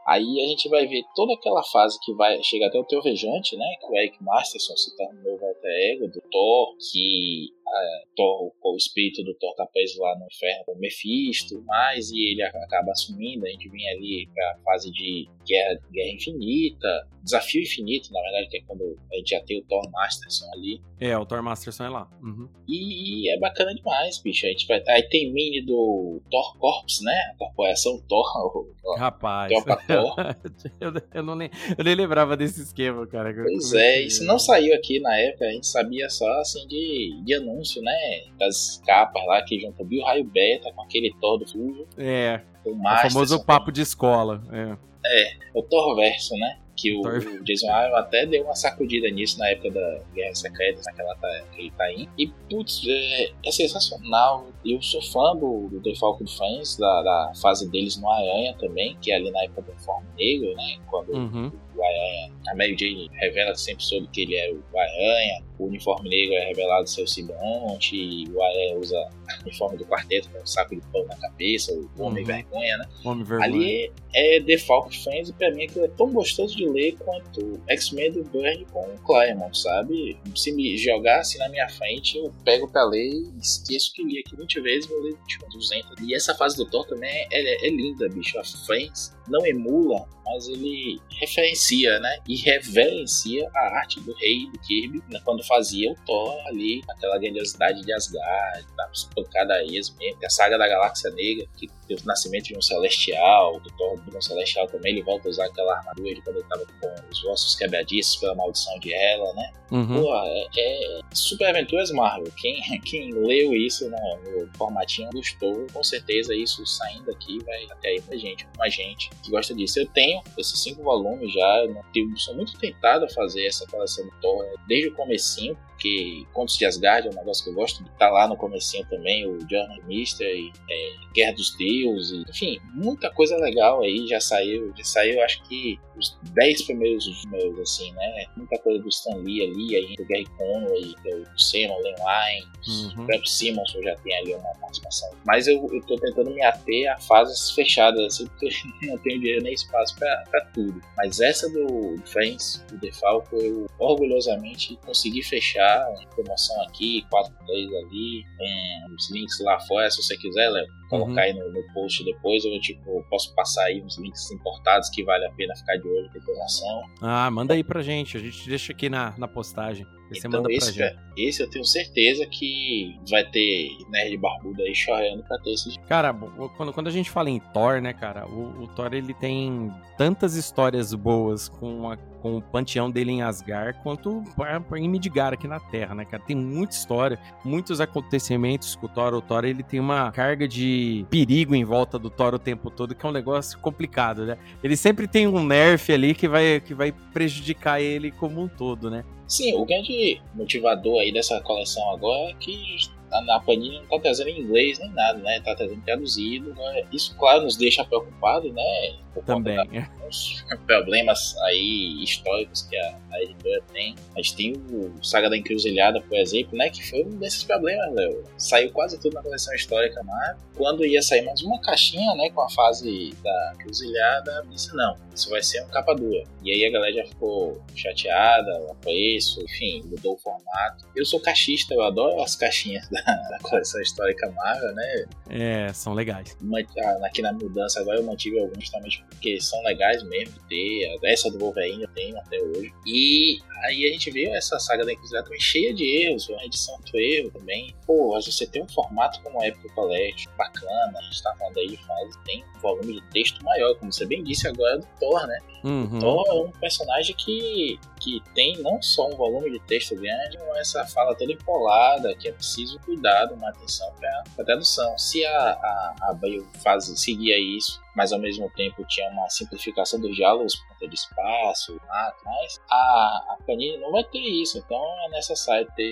Aí a gente vai ver toda aquela fase que vai chegar até o Trovejante, né? Que o Eric Masterson se torna o novo alter ego do Thor, que a, Thor, o espírito do Thor tá preso lá no inferno com o Mephisto, mas e ele acaba assumindo. A gente vem ali pra fase de Guerra, Guerra Infinita, Desafio Infinito, na verdade, que é quando a gente já tem o Thor Masterson ali. É, o Thor Masterson é lá. Uhum. E, e é bacana demais, bicho. A gente vai, aí tem mini do Thor Corps, né? A corporação Thor. O, Rapaz. Thor pra Thor. eu, eu, não nem, eu nem lembrava desse esquema, cara. Pois é, isso não saiu aqui na época. A gente sabia só assim de, de anúncio, né? Das capas lá que juntam o Bill Raio Beta com aquele Thor do Fujo. É. O, o famoso papo de escola. É. É, o Thor Verso, né? Que o, o Jason Aaron até deu uma sacudida nisso na época da Guerra Secreta, naquela tá, que ele tá indo. E, putz, é, é sensacional. Eu sou fã do, do The Falcon Fans, da, da fase deles no Aranha também, que é ali na época do Uniforme Negro, né? Quando uhum. o Aranha, a Mary Jane revela que sempre soube que ele era o Aranha, o Uniforme Negro é revelado ser o Simbionte, e o Aranha usa o uniforme do quarteto com um saco de pão na cabeça, o Homem uhum. Vergonha, né? Homem Vergonha. Ali é The Falcon Fans, e pra mim aquilo é tão gostoso de ler quanto X-Men do Byrne com o Claremont, sabe? Se me jogar assim na minha frente, eu pego pra ler e esqueço que li aqui vinte vezes, vou ler tipo, duzentas. E essa fase do Thor também é, é, é linda, bicho. A Friends não emula, mas ele referencia, né? E reverencia a arte do rei do Kirby, né? Quando fazia o Thor ali, aquela grandiosidade de Asgard, das pancadarias mesmo. Tem a saga da Galáxia Negra, que tem o nascimento de um Celestial, do Thor de um Celestial também, ele volta a usar aquela armadura de quando ele tava com os ossos quebradiços pela maldição de Hela, né? Uhum. Pô, é, é Super Aventuras Marvel. Quem, quem leu isso no, no formatinho gostou, com certeza isso saindo aqui vai até aí pra gente, com a gente que gosta disso. Eu tenho esses cinco volumes já, eu não tenho, sou muito tentado a fazer essa coleção do Thor desde o comecinho, porque Contos de Asgard é um negócio que eu gosto, tá lá no comecinho também, o Journey Mister e é, Guerra dos Deuses, enfim, muita coisa legal aí já saiu, já saiu acho que os dez primeiros números, assim, né, muita coisa do Stan Lee ali, aí do Gary Conway, do Simon, Len Wein, uhum. o próprio Simmons já tem ali uma participação, mas eu, eu tô tentando me ater a fases fechadas, assim, porque não tenho dinheiro nem espaço pra, pra tudo, mas essa do Friends, do The Falcon, eu orgulhosamente consegui fechar promoção aqui, quatro por três ali, tem os links lá fora, se você quiser, Léo, colocar uhum. aí no, no post depois, eu tipo, posso passar aí uns links importados que vale a pena ficar de olho na promoção. Ah, manda aí pra gente, a gente deixa aqui na, na postagem. Você então manda esse, pra gente. Esse eu tenho certeza que vai ter nerd barbudo aí chorando pra ter esse. Cara, quando, quando a gente fala em Thor, né, cara, o, o Thor ele tem tantas histórias boas com, a, com o panteão dele em Asgard, quanto em Midgard aqui na Terra, né, cara? Tem muita história, muitos acontecimentos com o Thor. O Thor ele tem uma carga de perigo em volta do Thor o tempo todo, que é um negócio complicado, né? Ele sempre tem um nerf ali que vai, que vai prejudicar ele como um todo, né? Sim, o grande motivador aí dessa coleção agora é que a Panini não tá trazendo em inglês nem nada, né? Tá trazendo traduzido, né? Isso, claro, nos deixa preocupados, né? Por Também. Os problemas aí históricos que a, a editora tem. A gente tem o Saga da Encruzilhada, por exemplo, né? Que foi um desses problemas, Léo. Saiu quase tudo na coleção histórica, mas quando ia sair mais uma caixinha, né? Com a fase da Encruzilhada, disse não, isso vai ser um capa dura. E aí a galera já ficou chateada, o preço, enfim, mudou o formato. Eu sou caixista, eu adoro as caixinhas da, da coleção histórica Marvel, né? É, são legais. Aqui na mudança agora eu mantive alguns justamente porque são legais mesmo de ter. Essa do Wolverine eu tenho até hoje. E aí a gente viu essa saga da Inquisição também cheia de erros, uma edição muito erro também. Pô, você tem um formato como a Epic Collection, bacana, a gente tá falando aí de fase, tem um volume de texto maior, como você bem disse agora, do Thor, né? Uhum. O Thor é um personagem que, que tem não só um volume de texto grande, mas essa fala toda empolada, que é preciso cuidado, uma atenção para a tradução. Se a, a, a Abril faz, seguia isso, mas ao mesmo tempo tinha uma simplificação dos diálogos por conta de espaço, mato, mas a, a Panini não vai ter isso, então é necessário ter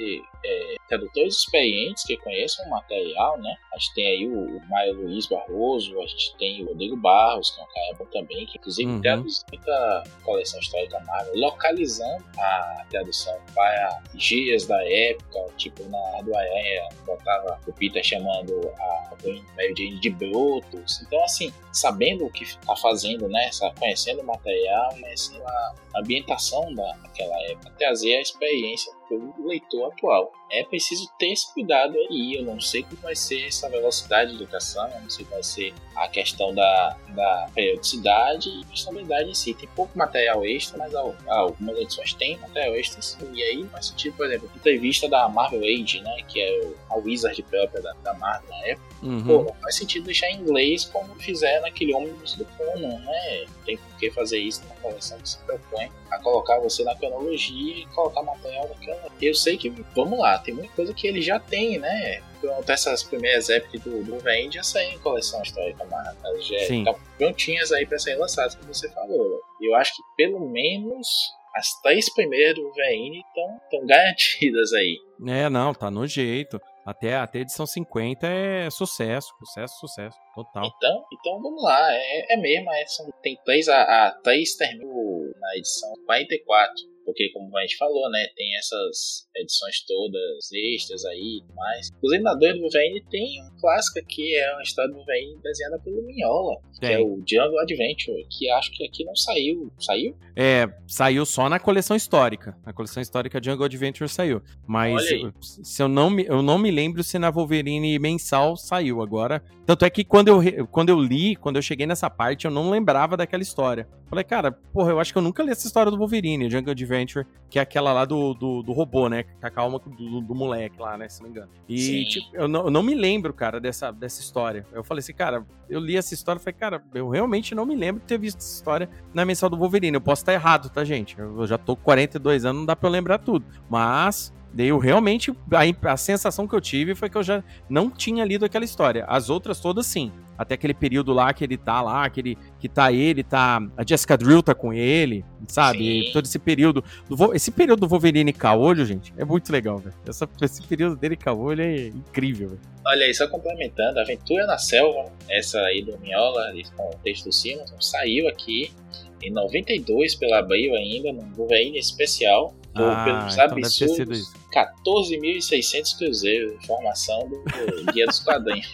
é, tradutores experientes que conheçam o material, né? A gente tem aí o, o Mário Luiz Barroso, a gente tem o Rodrigo Barros, que é um cara bom também, que inclusive Uhum. traduz muita coleção histórica Marvel, localizando a tradução para gírias da época, tipo na do Aranha, botava o Peter chamando a Mary Jane de Brutus. Então, assim, sabendo o que está fazendo, né? Conhecendo o material, conhecendo a ambientação daquela época, trazer a experiência para o leitor atual. É preciso ter esse cuidado aí. Eu não sei como vai ser essa velocidade de educação, eu não sei como vai ser a questão da, da periodicidade e personalidade em si. Tem pouco material extra, mas algumas edições têm material extra, sim. E aí faz sentido, por exemplo, a entrevista da Marvel Age, né, que é a Wizard própria da, da Marvel na época. Uhum. Pô, não faz sentido deixar em inglês como fizeram naquele ônibus do Conan, né? Tem por que fazer isso numa coleção que se propõe a colocar você na cronologia e colocar material daquela. Eu sei que, vamos lá, tem muita coisa que ele já tem, né? Pronto, essas primeiras épocas do, do Wolverine já saíram em coleção histórica, mas elas já estão prontinhas aí para serem lançadas, como você falou. Eu acho que pelo menos as três primeiras do Wolverine estão garantidas aí. É, não, tá no jeito. Até, até a edição cinquenta é sucesso, sucesso, sucesso, total. Então, então vamos lá, é, é mesmo, é, são, tem três, a, a três terminou na edição quarenta e quatro, porque como a gente falou, né, tem essas edições todas extras aí e mais. Inclusive na dois do Wolverine tem um clássico que é uma história do Wolverine desenhada pelo Mignola, que é, é o Jungle Adventure, que acho que aqui não saiu. Saiu? É, saiu só na coleção histórica. Na coleção histórica Jungle Adventure saiu. Mas se eu não, me, eu não me lembro se na Wolverine mensal saiu agora. Tanto é que quando eu, quando eu li, quando eu cheguei nessa parte, eu não lembrava daquela história. Falei, cara, porra, eu acho que eu nunca li essa história do Wolverine, Jungle Adventure, que é aquela lá do, do, do robô, né? Com a calma do, do moleque lá, né? Se não me engano. E, tipo, eu não, eu não me lembro, cara, dessa, dessa história. Eu falei assim, cara, eu li essa história e falei, cara, eu realmente não me lembro de ter visto essa história na mensal do Wolverine. Eu posso estar errado, tá, gente? Eu já tô com quarenta e dois anos, não dá pra eu lembrar tudo. Mas eu realmente, a, a sensação que eu tive foi que eu já não tinha lido aquela história. As outras todas, sim. Até aquele período lá que ele tá lá, aquele, que tá ele, tá... A Jessica Drill tá com ele, sabe? Sim. Todo esse período... Do, esse período do Wolverine caolho, gente, é muito legal, velho. Esse período dele caolho é incrível, velho. Olha aí, só complementando, Aventura na Selva, essa aí do Mignola, com o texto do Simonson, saiu aqui em noventa e dois pela Abril ainda, no Wolverine especial, ah, pelos então absurdos quatorze mil e seiscentos cruzeiros, informação do Guia dos Quadrinhos.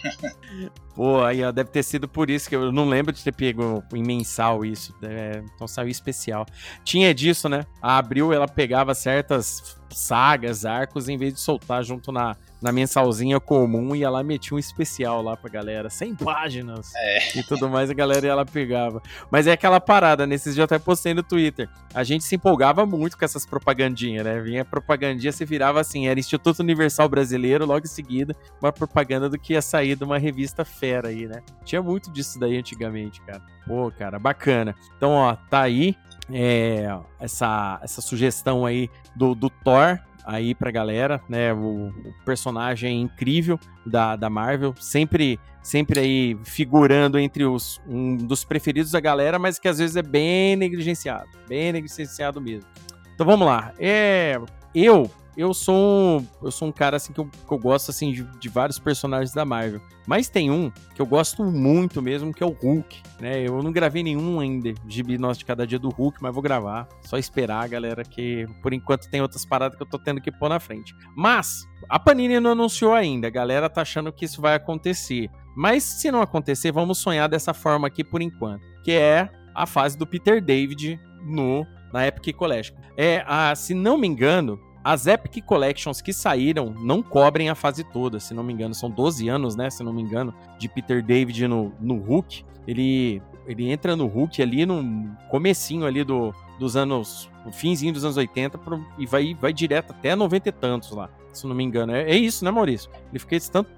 Pô, aí ó, deve ter sido por isso que eu não lembro de ter pego em mensal isso, é, então saiu especial. Tinha disso, né? A Abril, ela pegava certas sagas, arcos, em vez de soltar junto na, na mensalzinha comum, ia lá e metia um especial lá pra galera, cem páginas é. e tudo mais, a galera ia lá pegava. Mas é aquela parada, nesses dias eu até postei no Twitter, a gente se empolgava muito com essas propagandinhas, né? Vinha propagandinha, se virava assim, era Instituto Universal Brasileiro, logo em seguida, uma propaganda do que ia sair de uma revista fera aí, né? Tinha muito disso daí antigamente, cara. Pô, cara, bacana. Então, ó, tá aí é, essa, essa sugestão aí do, do Thor aí pra galera, né? O, o personagem incrível da, da Marvel, sempre, sempre aí figurando entre os um dos preferidos da galera, mas que às vezes é bem negligenciado, bem negligenciado mesmo. Então vamos lá. É, eu eu sou um, eu sou um cara assim que eu, que eu gosto assim de, de vários personagens da Marvel, mas tem um que eu gosto muito mesmo, que é o Hulk, né? Eu não gravei nenhum ainda gibi nosso de cada dia do Hulk, mas vou gravar. Só esperar, galera, que por enquanto tem outras paradas que eu tô tendo que pôr na frente. Mas a Panini não anunciou ainda, a galera tá achando que isso vai acontecer. Mas se não acontecer, vamos sonhar dessa forma aqui por enquanto, que é a fase do Peter David no na Epic Collection. É, a, se não me engano, as Epic Collections que saíram não cobrem a fase toda, se não me engano. São doze anos, né, se não me engano, de Peter David no, no Hulk. Ele, ele entra no Hulk ali no comecinho ali do, dos anos... O finzinho dos anos oitenta pro, e vai, vai direto até noventa e tantos lá, se não me engano. É, é isso, né, Maurício? Ele fica esse tanto,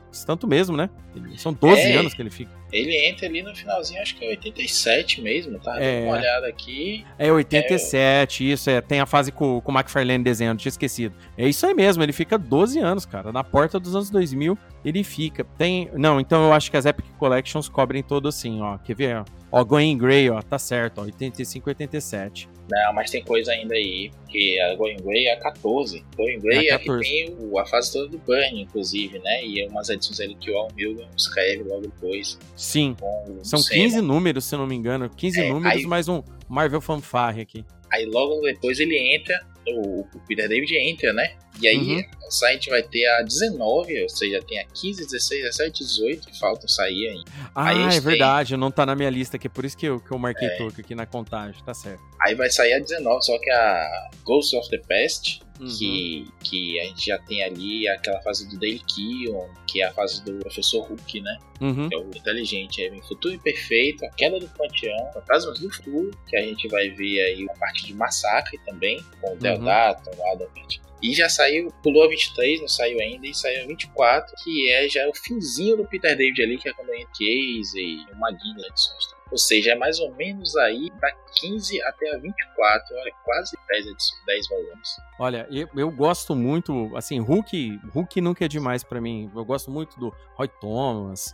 tanto mesmo, né? São doze É, anos que ele fica. Ele entra ali no finalzinho, acho que é oitenta e sete mesmo, tá? É. Dando uma olhada aqui. É oitenta e sete, é... isso, é. Tem a fase com, com o McFarlane desenhando, tinha esquecido. É isso aí mesmo, ele fica doze anos, cara. Na porta dos anos dois mil, ele fica. Tem... Não, então eu acho que as Epic Collections cobrem todo assim, ó. Quer ver, ó? Ó, Going Grey, ó, tá certo, ó. oitenta e cinco, oitenta e sete. Não, mas tem coisa ainda aí, porque a Going Grey é a catorze. Going Grey é, a que tem o, a fase toda do Burn, inclusive, né? E é umas edições ali que o Al Milgrom escreve logo depois. Sim, são quinze números, se eu não me engano. quinze é, números, aí, mais um Marvel Fanfare aqui. Aí logo depois ele entra, o, o Peter David entra, né? E aí uhum. o site vai ter a dezenove, ou seja, tem a quinze, dezesseis, dezessete, dezoito que faltam sair ainda. Ah, aí é verdade, tem... não tá na minha lista aqui, por isso que eu, que eu marquei é. Toco aqui na contagem, tá certo. Aí vai sair a dezenove, só que a Ghost of the Past, uhum. que, que a gente já tem ali aquela fase do Dale Keown, que é a fase do Professor Hulk, né? Uhum. Que é o inteligente, é o Futuro Imperfeito, a Queda do Panteão, Fantasmas do Futuro, que a gente vai ver aí uma parte de Massacre também, com o Deodato, o Adam Pitt. E já saiu, pulou a vinte e três, não saiu ainda, e saiu a vinte e quatro, que é já o finzinho do Peter David ali, que é quando entra Case e uma guia de edições. Ou seja, é mais ou menos aí da quinze até a vinte e quatro, olha, quase dez, edições, dez volumes. Olha, eu, eu gosto muito, assim, Hulk, Hulk nunca é demais pra mim. Eu gosto muito do Roy Thomas,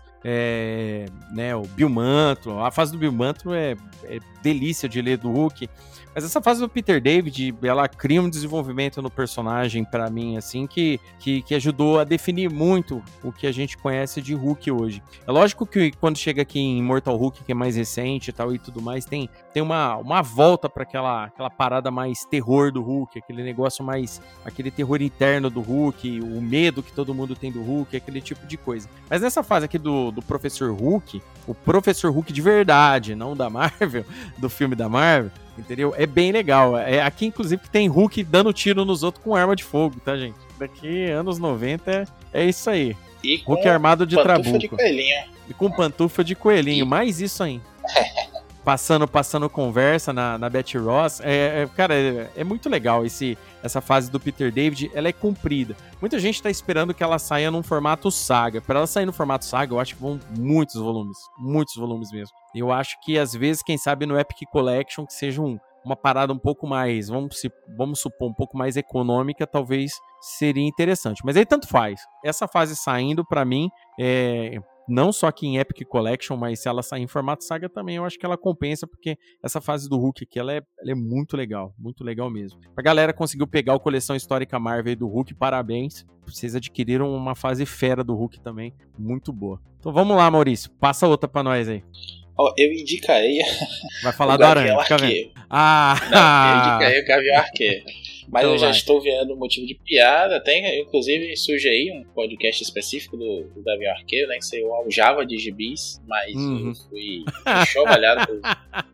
é, né, o Bill Mantlo. A fase do Bill Mantlo é, é delícia de ler do Hulk. Mas essa fase do Peter David, ela cria um desenvolvimento no personagem pra mim, assim, que, que, que ajudou a definir muito o que a gente conhece de Hulk hoje. É lógico que quando chega aqui em Immortal Hulk, que é mais recente e tal e tudo mais, tem, tem uma, uma volta pra aquela, aquela parada mais terror do Hulk, aquele negócio mais, aquele terror interno do Hulk, o medo que todo mundo tem do Hulk, aquele tipo de coisa. Mas nessa fase aqui do, do Professor Hulk, o Professor Hulk de verdade, não da Marvel, do filme da Marvel, entendeu? É bem legal. É aqui, inclusive, que tem Hulk dando tiro nos outros com arma de fogo, tá, gente? Daqui, anos noventa, é isso aí. E Hulk armado de trabuco. De coelhinho. E com pantufa de coelhinho. E... mais isso aí. Passando, passando conversa na, na Betty Ross. É, é, cara, é, é muito legal esse, essa fase do Peter David. Ela é comprida. Muita gente tá esperando que ela saia num formato saga. Para ela sair no formato saga, eu acho que vão muitos volumes. Muitos volumes mesmo. Eu acho que, às vezes, quem sabe no Epic Collection, que seja um, uma parada um pouco mais, vamos, se, vamos supor, um pouco mais econômica, talvez seria interessante. Mas aí tanto faz. Essa fase saindo, pra mim, é... não só aqui em Epic Collection, mas se ela sair em formato saga também, eu acho que ela compensa, porque essa fase do Hulk aqui, ela é, ela é muito legal, muito legal mesmo. A galera conseguiu pegar o Coleção Histórica Marvel do Hulk, parabéns. Vocês adquiriram uma fase fera do Hulk também, muito boa. Então vamos lá, Maurício, passa outra pra nós aí. Oh, eu indicaria... Vai falar do Aranha, fica vendo. Ah! Não, eu indicaria o Gavião Arqueiro. Mas então eu já vai. estou vendo motivo de piada. Até, inclusive, surgiu um podcast específico do, do Gavião Arqueiro, né? Que saiu o Aljava de Gibis, mas uhum. eu fui enxovalhado por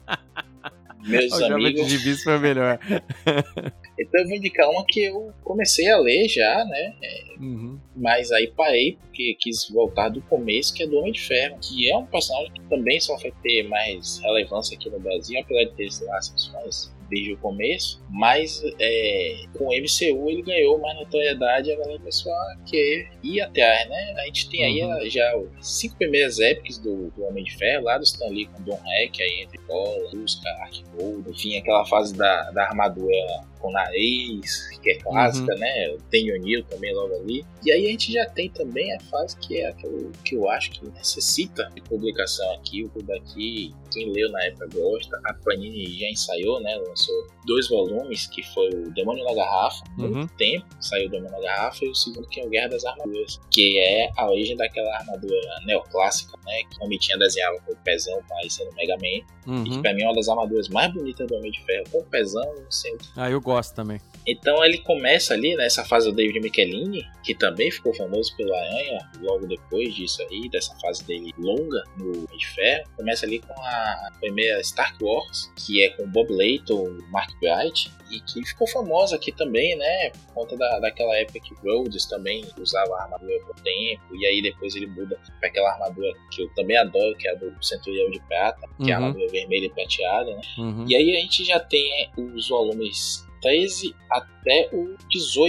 meus o amigos. O de Gibis foi melhor. Então eu vou indicar uma que eu comecei a ler já, né? É, uhum. Mas aí parei, porque quis voltar do começo, que é do Homem de Ferro. Que é um personagem que também só vai ter mais relevância aqui no Brasil, apesar de ter, sei lá, sessões desde o começo, mas é, com o M C U ele ganhou mais notoriedade, a galera começou a querer ir atrás, né? A gente tem aí uhum. já os cinco primeiras épicas do, do Homem de Ferro, lá do Stan Lee com Don Heck, aí entre Bola, Lusca, Ark-Gold, enfim, aquela fase da, da armadura com nariz, que é clássica, uhum. né? Tem o Neil também logo ali. E aí a gente já tem também a fase que é aquela que eu acho que necessita de publicação aqui, o daqui, quem leu na época gosta. A Panini já ensaiou, né? Lançou dois volumes, que foi o Demônio na Garrafa, uhum. muito tempo saiu o Demônio na Garrafa, e o segundo que é o Guerra das Armaduras, que é a origem daquela armadura neoclássica, né? Que o Homem tinha desenhado com o pezão parecendo Mega Man, uhum. e que pra mim é uma das armaduras mais bonitas do Homem de Ferro, com o pezão, não sei. Ah, eu gosto também. Então ele começa ali nessa fase do David Michelini, que também ficou famoso pelo Aranha, logo depois disso aí, dessa fase dele longa no Homem de Ferro. Começa ali com a primeira Stark Wars, que é com Bob Layton, Mark Bright, e que ficou famosa aqui também, né, por conta da, daquela época que Rhodes também usava a armadura por tempo, e aí depois ele muda para aquela armadura que eu também adoro, que é a do Centurião de Prata, que uhum. é a armadura vermelha e prateada, né, uhum. e aí a gente já tem os volumes treze até o dezoito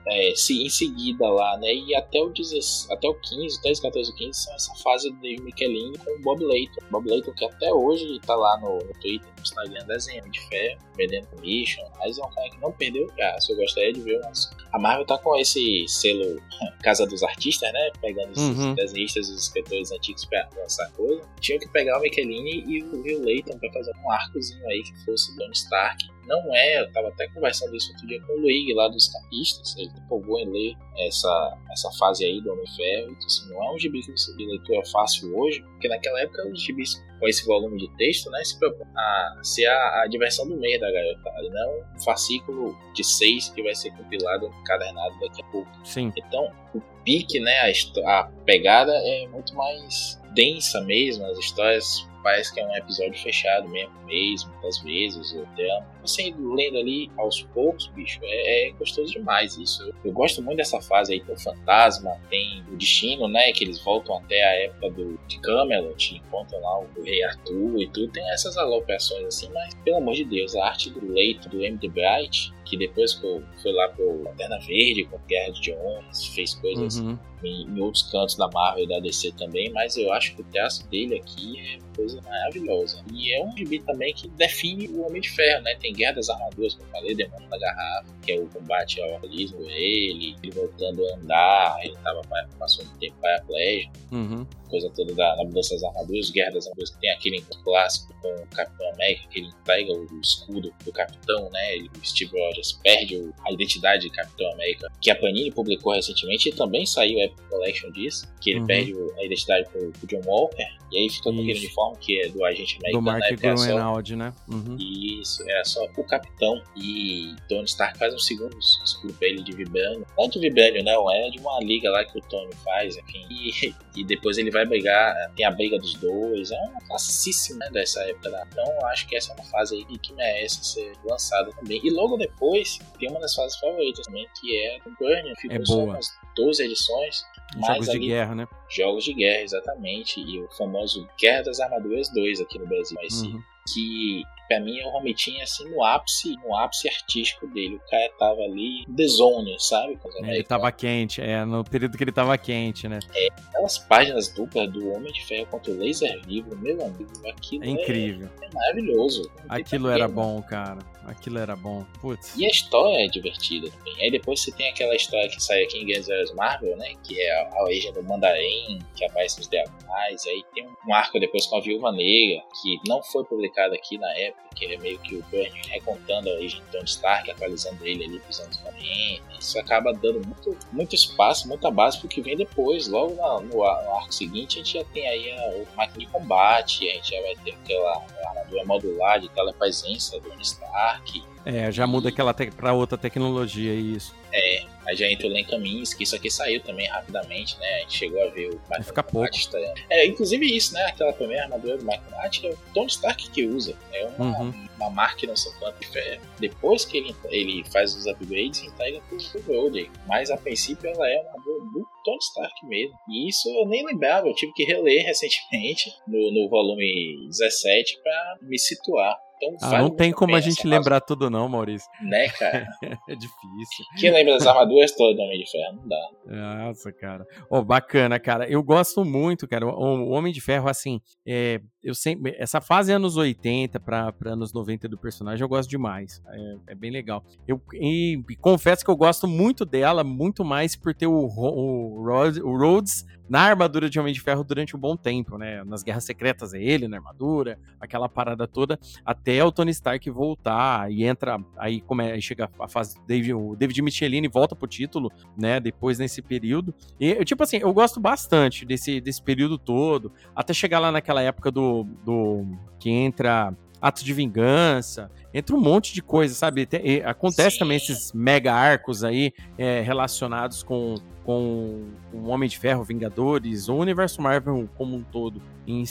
é, se, em seguida lá, né? E até o, dezesseis, até o quinze, treze, catorze, quinze são essa fase do Dave Michelini com o Bob Layton. Bob Layton que até hoje tá lá no, no Twitter, no Instagram, desenhando de ferro, vendendo commission, mas é um cara que não perdeu o braço. Eu gostaria de ver umas... A Marvel tá com esse selo Casa dos Artistas, né? Pegando os Uhum. desenhistas e os escritores antigos pra lançar coisa. Tinha que pegar o Michelini e o Will Layton pra fazer um arcozinho aí que fosse Tony Stark. Não é, eu tava até conversando isso outro dia com o Luigi lá dos Capistas, ele empolgou em ler essa, essa fase aí do Homem-Ferro, então, assim, não é um gibi que você de leitura fácil hoje, porque naquela época os gibis com esse volume de texto, né, se propõe a ser a, a diversão do mês da garotada, não um fascículo de seis que vai ser compilado, encadernado daqui a pouco. Sim. Então, o pique, né, a, a pegada é muito mais densa mesmo, as histórias parece que é um episódio fechado mesmo, mesmo, muitas vezes, o drama. Assim, lendo ali aos poucos, bicho, é, é gostoso demais isso. Eu, eu gosto muito dessa fase aí, tem o Fantasma, tem o Destino, né, que eles voltam até a época do, de Camelot, encontram lá o, o Rei Arthur e tudo, tem essas alopeações assim, mas, pelo amor de Deus, a arte do Leito, do M D Bright, que depois foi, foi lá pro Lanterna Verde, com Guerra de Jones, fez coisas Uhum. em, em outros cantos da Marvel e da D C também, mas eu acho que o traço dele aqui é coisa maravilhosa. E é um gibi também que define o Homem de Ferro, né? Tem Guerra das Armaduras, como eu falei, Demônio da Garrafa, que é o combate ao alcoolismo, ele, ele voltando a andar, ele tava, passou um tempo paraplégico, Uhum. coisa toda da, da mudança das armaduras, Guerra das Armaduras, que tem aquele encontro clássico com o Capitão América, que ele entrega o, o escudo do Capitão, né? Ele, o Steve Rogers perde o, a identidade de Capitão América, que a Panini publicou recentemente, e também saiu a Epic Collection disso, que ele Uhum. perde o, a identidade pro, pro John Walker, e aí fica com aquele Isso. uniforme que é do agente americano, Do Mark né? Porque é só- Gruenwald, né? Uhum. Isso, era só o Capitão, e Tony Stark faz um segundo escudo pra ele de Vibranium. Não de Vibranium, não, é de uma liga lá que o Tony faz, enfim. E, e depois ele vai brigar, tem a briga dos dois, é uma classicíssima, né, dessa época. Da... Então eu acho que essa é uma fase aí que merece ser lançada também. E logo depois, tem uma das fases favoritas também, que é o Burnier, ficou É só boa. umas doze edições. Mas Jogos de ali- guerra, né? Jogos de guerra, exatamente, e o famoso Guerra das Armaduras dois aqui no Brasil, mas Uhum. que pra mim é o Romitinho assim no ápice, no ápice artístico dele. O cara tava ali the zone, sabe? Com os Ele americanos. tava quente, é, no período que ele tava quente, né? Aquelas páginas duplas do Homem de Ferro contra o Laser Vivo, meu amigo, aquilo É incrível. é, é maravilhoso. Não tem Aquilo pra era quem, bom, cara. Aquilo era bom. Putz. E a história é divertida também. Aí depois você tem aquela história que sai aqui em Guerras Heróis Marvel, né? Que é a, a origem do Mandarim, que aparece nos diagonais. Aí tem um, um arco depois com a Viúva Negra, que não foi publicado aqui na época, que é meio que o Burnier recontando a origem de Tony Stark, atualizando ele ali pros anos noventa. Isso acaba dando muito, muito espaço, muita base pro que vem depois. Logo na, no, ar- no arco seguinte, a gente já tem aí a, o máquina de combate, a gente já vai ter aquela armadura modular de telepresença do Tony Stark. É, já muda aquela te... pra outra tecnologia, isso. Aí já entra o Len Kaminsky, isso aqui saiu também rapidamente, né? A gente chegou a ver o Vai ficar pouco. estreando. É, inclusive isso, né? Aquela primeira armadura do Michael Knight é o Tony Stark que usa. É uma, Uhum. uma máquina sem planta de ferro. Depois que ele, ele faz os upgrades, entrega pro, pro Brody. Mas a princípio ela é uma armadura do Tony Stark mesmo. E isso eu nem lembrava, eu tive que reler recentemente no, no volume dezessete pra me situar. Então, Ah, vale não tem muito como a bem gente essa lembrar tudo não, Maurício. fase, né, cara? É difícil. Quem lembra das armaduras todas do Homem de Ferro? Não dá. Nossa, cara. Ó, bacana, cara. Eu gosto muito, cara. O, o Homem de Ferro, assim, é, eu sempre. Essa fase anos oitenta pra, pra anos noventa do personagem, eu gosto demais. É, é bem legal. Eu e, e confesso que eu gosto muito dela, muito mais por ter o, o, Rhodes, o Rhodes na armadura de Homem de Ferro durante um bom tempo, né? Nas Guerras Secretas é ele na armadura, aquela parada toda, até o Tony Stark voltar e entra, aí, como é, aí chega a fase, David, o David Michelini volta pro título, né? Depois nesse período. E, tipo assim, eu gosto bastante desse, desse período todo, até chegar lá naquela época do, do que entra Atos de Vingança, entra um monte de coisa, sabe? Tem, e, acontece Sim. também esses mega arcos aí é, relacionados com, com o Homem de Ferro, Vingadores, o universo Marvel como um todo em si.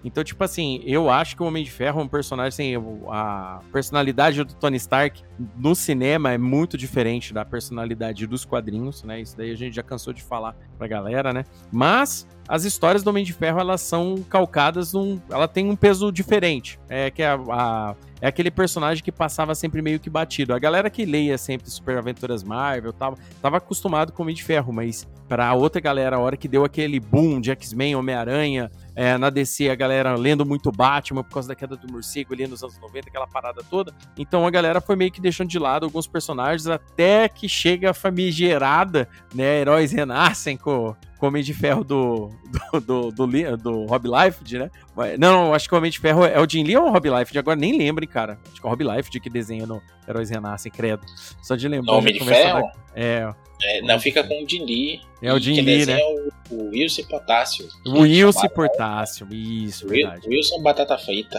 Então, tipo assim, eu acho que o Homem de Ferro é um personagem, assim, a personalidade do Tony Stark no cinema é muito diferente da personalidade dos quadrinhos, né? Isso daí a gente já cansou de falar pra galera, né? Mas as histórias do Homem de Ferro, elas são calcadas num... Ela tem um peso diferente. É que a, a é aquele personagem que passava sempre meio que batido. A galera que leia sempre Super Aventuras Marvel tava, tava acostumado com o Homem de Ferro, mas pra outra galera, a hora que deu aquele boom de X-Men, Homem-Aranha, é, na D C, a galera lendo muito Batman por causa da queda do morcego ali nos anos noventa, aquela parada toda. Então a galera foi meio que deixando de lado alguns personagens até que chega a famigerada, né? Heróis renascem com... com o Homem de Ferro do, do, do, do, do Rob Liefeld, né? Não, acho que o Homem de Ferro é o Jim Lee ou o Rob Liefeld? Agora nem lembro, cara. Acho que é o Rob Liefeld que desenha no Heróis Renascem, credo. Só de lembrar. O Homem de Ferro? A... É. é. Não, fica com o Jim Lee. É o Jim Lee, né? O, o Wilson Potássio. O Wilson Potássio, isso, verdade. O Wilson Batata Frita.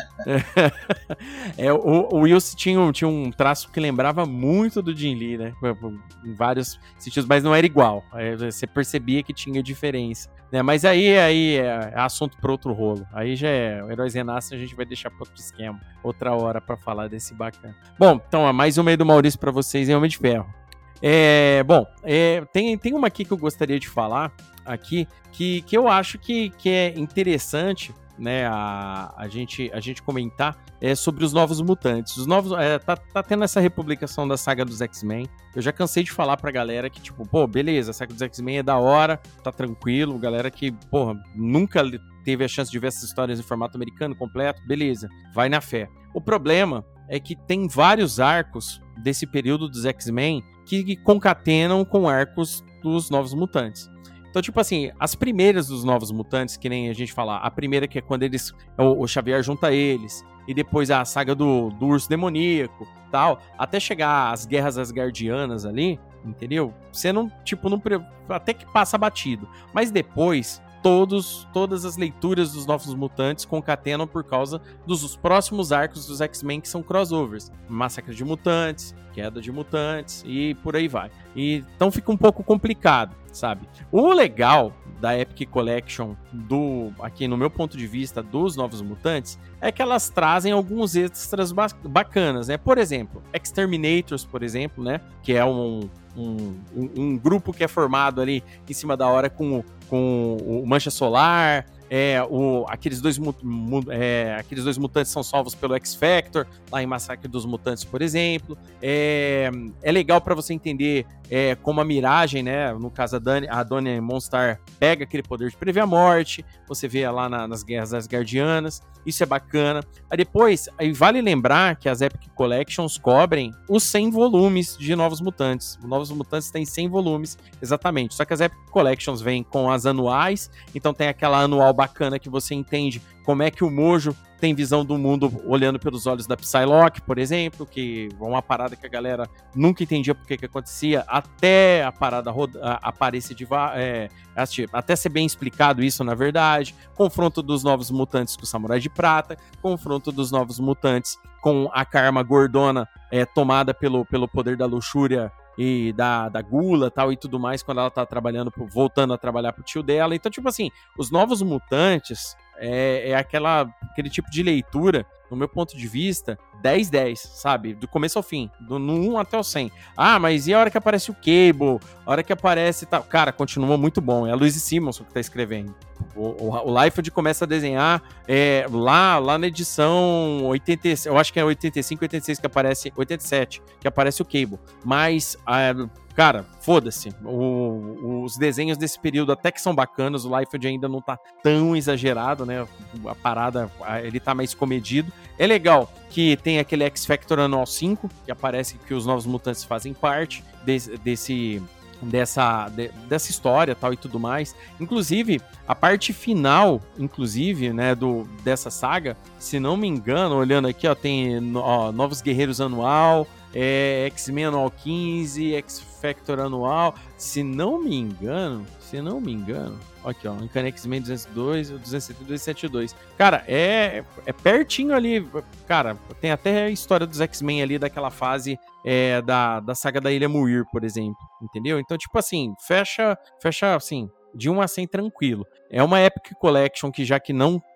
É, o, o Wilson tinha, tinha um traço que lembrava muito do Jim Lee, né? Em vários sentidos, mas não era igual. Você percebia que tinha diferença, né? Mas aí, aí é assunto para outro rolo. Aí já é o Heróis Renascem, a gente vai deixar para outro esquema, outra hora para falar desse bacana. Bom, então, mais uma aí do Maurício para vocês em Homem de Ferro. É, bom, é, tem, tem uma aqui que eu gostaria de falar aqui, que, que eu acho que, que é interessante, né, a, a, gente, a gente comentar é, sobre os Novos Mutantes. Os novos, é, tá, tá tendo essa republicação da saga dos X-Men. Eu já cansei de falar pra galera que, tipo, pô, beleza, a saga dos X-Men é da hora, tá tranquilo, galera que, porra, nunca teve a chance de ver essas histórias em formato americano completo, beleza, vai na fé. O problema é que tem vários arcos desse período dos X-Men que concatenam com arcos dos Novos Mutantes. Então, tipo assim, as primeiras dos Novos Mutantes, que nem a gente fala, a primeira que é quando eles o, o Xavier junta eles, e depois a saga do, do Urso Demoníaco, tal, até chegar às Guerras Asgardianas ali, entendeu? Você não, tipo, não, até que passa batido. Mas depois, todos, todas as leituras dos Novos Mutantes concatenam por causa dos próximos arcos dos X-Men, que são crossovers. Massacre de Mutantes, Queda de Mutantes e por aí vai. E, então fica um pouco complicado, sabe? O legal da Epic Collection, do, aqui no meu ponto de vista, dos Novos Mutantes, é que elas trazem alguns extras bacanas, né? Por exemplo, Exterminators, por exemplo, né? Que é um, um, um, um grupo que é formado ali em cima da hora com, com o Mancha Solar. É, o, aqueles, dois, é, aqueles dois mutantes são salvos pelo X-Factor, lá em Massacre dos Mutantes, por exemplo. É, é legal para você entender é, como a Miragem, né, no caso a, Dani, a Donna Monstar, pega aquele poder de prever a morte, você vê lá na, nas Guerras Asgardianas, isso é bacana. Aí depois, aí vale lembrar que as Epic Collections cobrem os cem volumes de Novos Mutantes. Os Novos Mutantes tem cem volumes, exatamente, só que as Epic Collections vêm com as anuais, então tem aquela anual bacana que você entende como é que o Mojo tem visão do mundo olhando pelos olhos da Psylocke, por exemplo, que é uma parada que a galera nunca entendia porque que acontecia, até a parada roda, a, aparecer de é, até ser bem explicado isso, na verdade. Confronto dos Novos Mutantes com o Samurai de Prata, confronto dos Novos Mutantes com a Karma Gordona é, tomada pelo, pelo poder da luxúria e da, da gula tal e tudo mais, quando ela tá trabalhando, voltando a trabalhar pro tio dela. Então, tipo assim, os Novos Mutantes é, é aquela, aquele tipo de leitura, no meu ponto de vista, dez dez, sabe? Do começo ao fim, do um até o cem. Ah, mas e a hora que aparece o Cable? A hora que aparece tal? Cara, continua muito bom. É a Louise Simonson que tá escrevendo. O, o, o Liefeld começa a desenhar é, lá, lá na edição oitenta, eu acho que é oitenta e cinco, oitenta e seis que aparece, oitenta e sete, que aparece o Cable. Mas, é, cara, foda-se. Os desenhos desse período até que são bacanas. O Liefeld ainda não tá tão exagerado, né? A parada, ele tá mais comedido. É legal que tem aquele X-Factor Anual cinco, que aparece que os Novos Mutantes fazem parte desse... desse Dessa, de, dessa história tal e tudo mais. Inclusive, a parte final, inclusive, né, do, dessa saga, se não me engano, olhando aqui, ó, tem ó, Novos Guerreiros Anual, é, X-Men Anual quinze, X-Factor Anual, se não me engano, se não me engano, aqui, ó, Uncanny X-Men duzentos e dois, duzentos e setenta e dois, duzentos e setenta e dois. Cara, é, é pertinho ali, cara, tem até a história dos X-Men ali daquela fase é, da, da saga da Ilha Muir, por exemplo, entendeu? Então, tipo assim, fecha, fecha assim, de um a cem tranquilo. É uma Epic Collection que já que não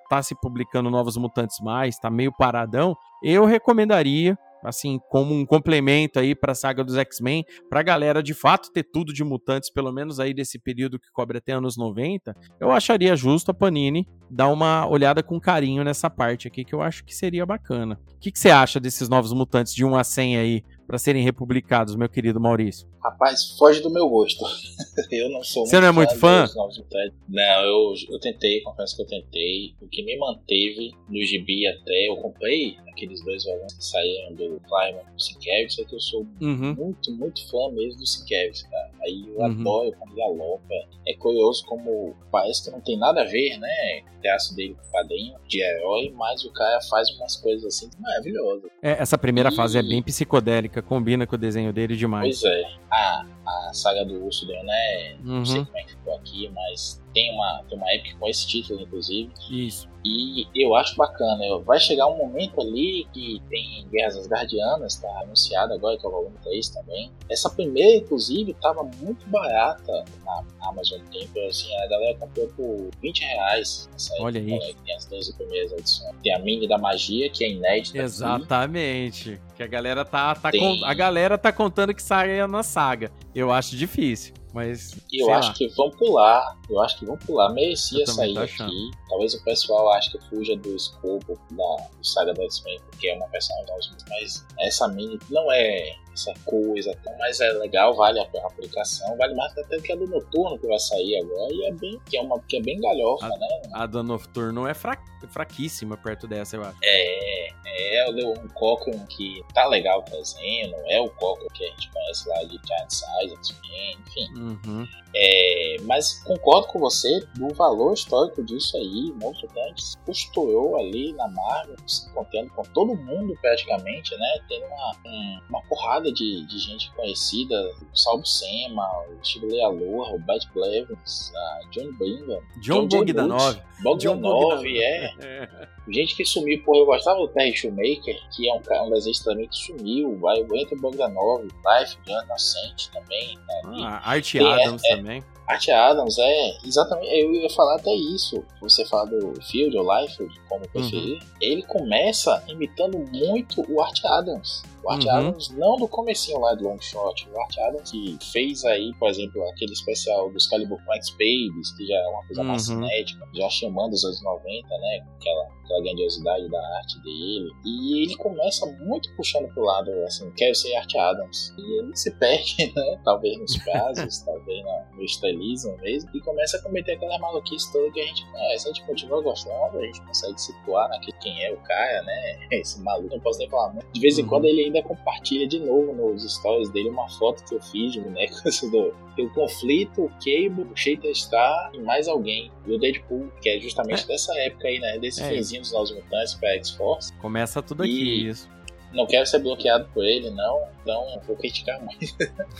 tá se publicando Novos Mutantes mais, tá meio paradão, eu recomendaria, assim, como um complemento aí pra saga dos X-Men, pra galera de fato ter tudo de mutantes, pelo menos aí desse período que cobre até anos noventa, eu acharia justo a Panini dar uma olhada com carinho nessa parte aqui, que eu acho que seria bacana. O que, que você acha desses Novos Mutantes de um a cem aí, pra serem republicados, meu querido Maurício? Rapaz, foge do meu gosto. Eu não sou muito Você não é muito fã? dos Novos Mutantes. Não, eu, eu tentei, confesso que eu tentei. O que me manteve no gibi até, eu comprei aqueles dois volumes que saíram do Clima do Sienkiewicz, é que eu sou Uhum. muito, muito fã mesmo do Sienkiewicz, cara. Aí eu Uhum. adoro quando ele alopa. É curioso como parece que não tem nada a ver, né? O traço dele com o quadrinho de herói, mas o cara faz umas coisas assim maravilhosas. É, essa primeira E- fase é bem psicodélica, combina com o desenho dele demais. Pois é. A, a saga do Urso deu, né? Não sei Uhum. como é que ficou aqui, mas tem uma, tem uma época com esse título, inclusive. Isso. E eu acho bacana. Eu- Vai chegar um momento ali que tem Guerras Asgardianas, tá anunciado agora, que é o volume três também. Essa primeira, inclusive, tava muito barata na Amazon Tempo. Assim, a galera comprou por vinte reais. Essa Olha época, aí. né, que tem as doze primeiras edições. Tem a Mini da Magia, que é inédita. aqui. Exatamente. Que a galera tá, tá Tem- con- a galera tá contando que saia na saga. Eu acho difícil, mas E eu sei acho lá. que vão pular. Eu acho que vão pular. Merecia Eu também sair tô achando. aqui. Talvez o pessoal ache que fuja do escopo da do Saga do X-Men, porque é uma personagem nova, mas essa mini não é essa coisa tão, mas é legal, vale a pena a aplicação, vale mais até que a do Noturno que vai sair agora, e é bem, que é uma que é bem galhofa, né? A do Nocturno é fra- fraquíssima perto dessa, eu acho. É, é o do um Cochran que tá legal trazendo, é o Cochran que a gente conhece lá de Giant Size, X-Men, enfim. Uhum. É, mas concordo com você do valor histórico disso aí. Monstro Mutantes costurou ali na Marvel, se contendo com todo mundo praticamente, né? Tem uma, um, uma porrada de, de gente conhecida, o Sal Buscema, o Shirley Aloha, o Beth Blevins, a John Brigham, John J. Bogdanov. Booth, John Bogdanov, Bogdanov. é. É. Gente que sumiu, porra, eu gostava do Terry Shoemaker, que é um, cara- um desenho também que sumiu, vai, o Anthony Bogdanov, Life, John Innocent também, né? ali. Ah, Art Tem, é- Adams é- também. Art Adams, é, exatamente, eu ia falar até isso. Você fala do Field ou Liefeld, como preferir. Ele começa imitando muito o Art Adams. O Art Uhum. Adams, não do comecinho lá do Long Shot. O Art Adams que fez aí, por exemplo, aquele especial dos Calibur Max Babies, que já é uma coisa mais Uhum. cinética, já chamando os anos noventa, né? Com aquela, aquela grandiosidade da arte dele. E ele começa muito puxando pro lado, assim, quero ser Art Adams. E ele se perde, né? Talvez nos prazos, talvez no, no estilismo mesmo. E começa a cometer aquela maluquice toda que a gente conhece. A gente continua gostando, a gente consegue situar naquele quem é o cara, né? Esse maluco, não posso nem falar muito. De vez em Uhum. quando ele ainda compartilha de novo nos stories dele uma foto que eu fiz de bonecos do tem o Conflito, o Cable, o Shatterstar e mais alguém. E o Deadpool, que é justamente dessa época aí, né? Desse É. finzinho dos Novos Mutantes pra X-Force. Começa tudo aqui, E- isso. Não quero ser bloqueado por ele, não. Então vou criticar mais.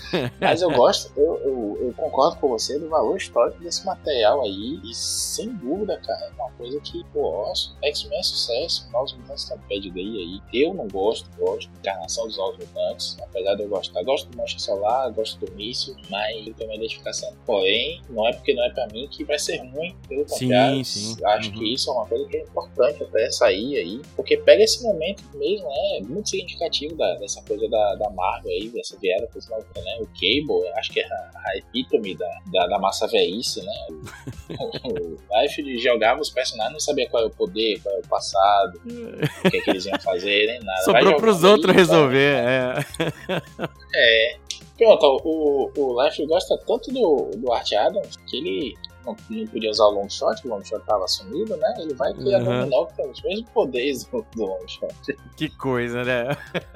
Mas eu gosto, eu, eu, eu concordo com você do valor histórico desse material aí. E sem dúvida, cara, é uma coisa que, pô, nossa, X-Men é sucesso. Novos Mutantes estão pedigree aí. Eu não gosto, gosto da encarnação dos Novos Mutantes. Apesar de eu gostar, gosto do Mancha Solar, gosto do Míssil, mas eu tenho uma identificação. Porém, não é porque não é pra mim que vai ser ruim. Pelo Sim, contrário, sim. acho Uhum. que isso é uma coisa que é importante até sair aí. Porque pega esse momento mesmo, né? Muito significativo da, dessa coisa da, da Marvel aí, dessa virada para os novos, né? O Cable, eu acho que é a, a epítome da, da, da massa velhice, né? O, o Life jogava os personagens, não sabia qual é o poder, qual é o passado, o que, é que eles iam fazer, nem nada. Vai Sobrou pros jogando outros aí, resolver, é. É. Pronto, o, o Life gosta tanto do, do Art Adams que ele não, não podia usar o Long Shot, o Long Shot tava sumido, né? Ele vai criar Uhum. um Dominó que tem os mesmos poderes do, do Long Shot. Que coisa, né?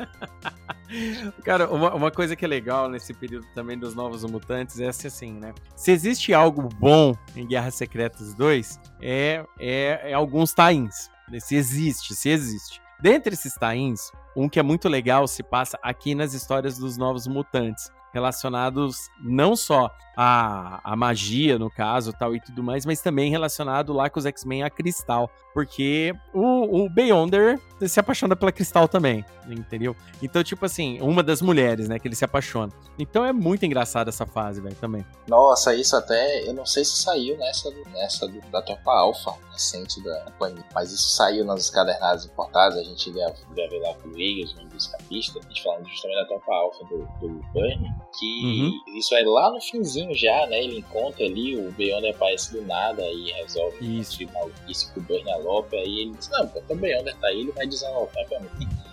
Cara, uma, uma coisa que é legal nesse período também dos Novos Mutantes é assim, né? Se existe algo bom em Guerras Secretas dois, é, é, é alguns tains. Se existe, se existe. Dentre esses tains, um que é muito legal se passa aqui nas histórias dos Novos Mutantes, relacionados não só à, à magia, no caso, tal e tudo mais, mas também relacionado lá com os X-Men a Cristal, porque o, o Beyonder se apaixona pela Cristal também, entendeu? Então, tipo assim, uma das mulheres, né, que ele se apaixona. Então é muito engraçada essa fase, velho, também. Nossa, isso até, eu não sei se saiu nessa, nessa do, da Tropa Alpha, recente da Panini, mas isso saiu nas encadernadas importadas, a gente ia, ia ver lá com o Eagles, um dos capistas, a gente falando justamente da Tropa Alpha do, do Burnie, que uhum. isso é lá no finzinho já, né, ele encontra ali, o Beyonder aparece do nada e resolve isso, isso com o Burnie alope, aí ele diz, não, porque o Beyonder tá aí, ele vai desalopar pra mim.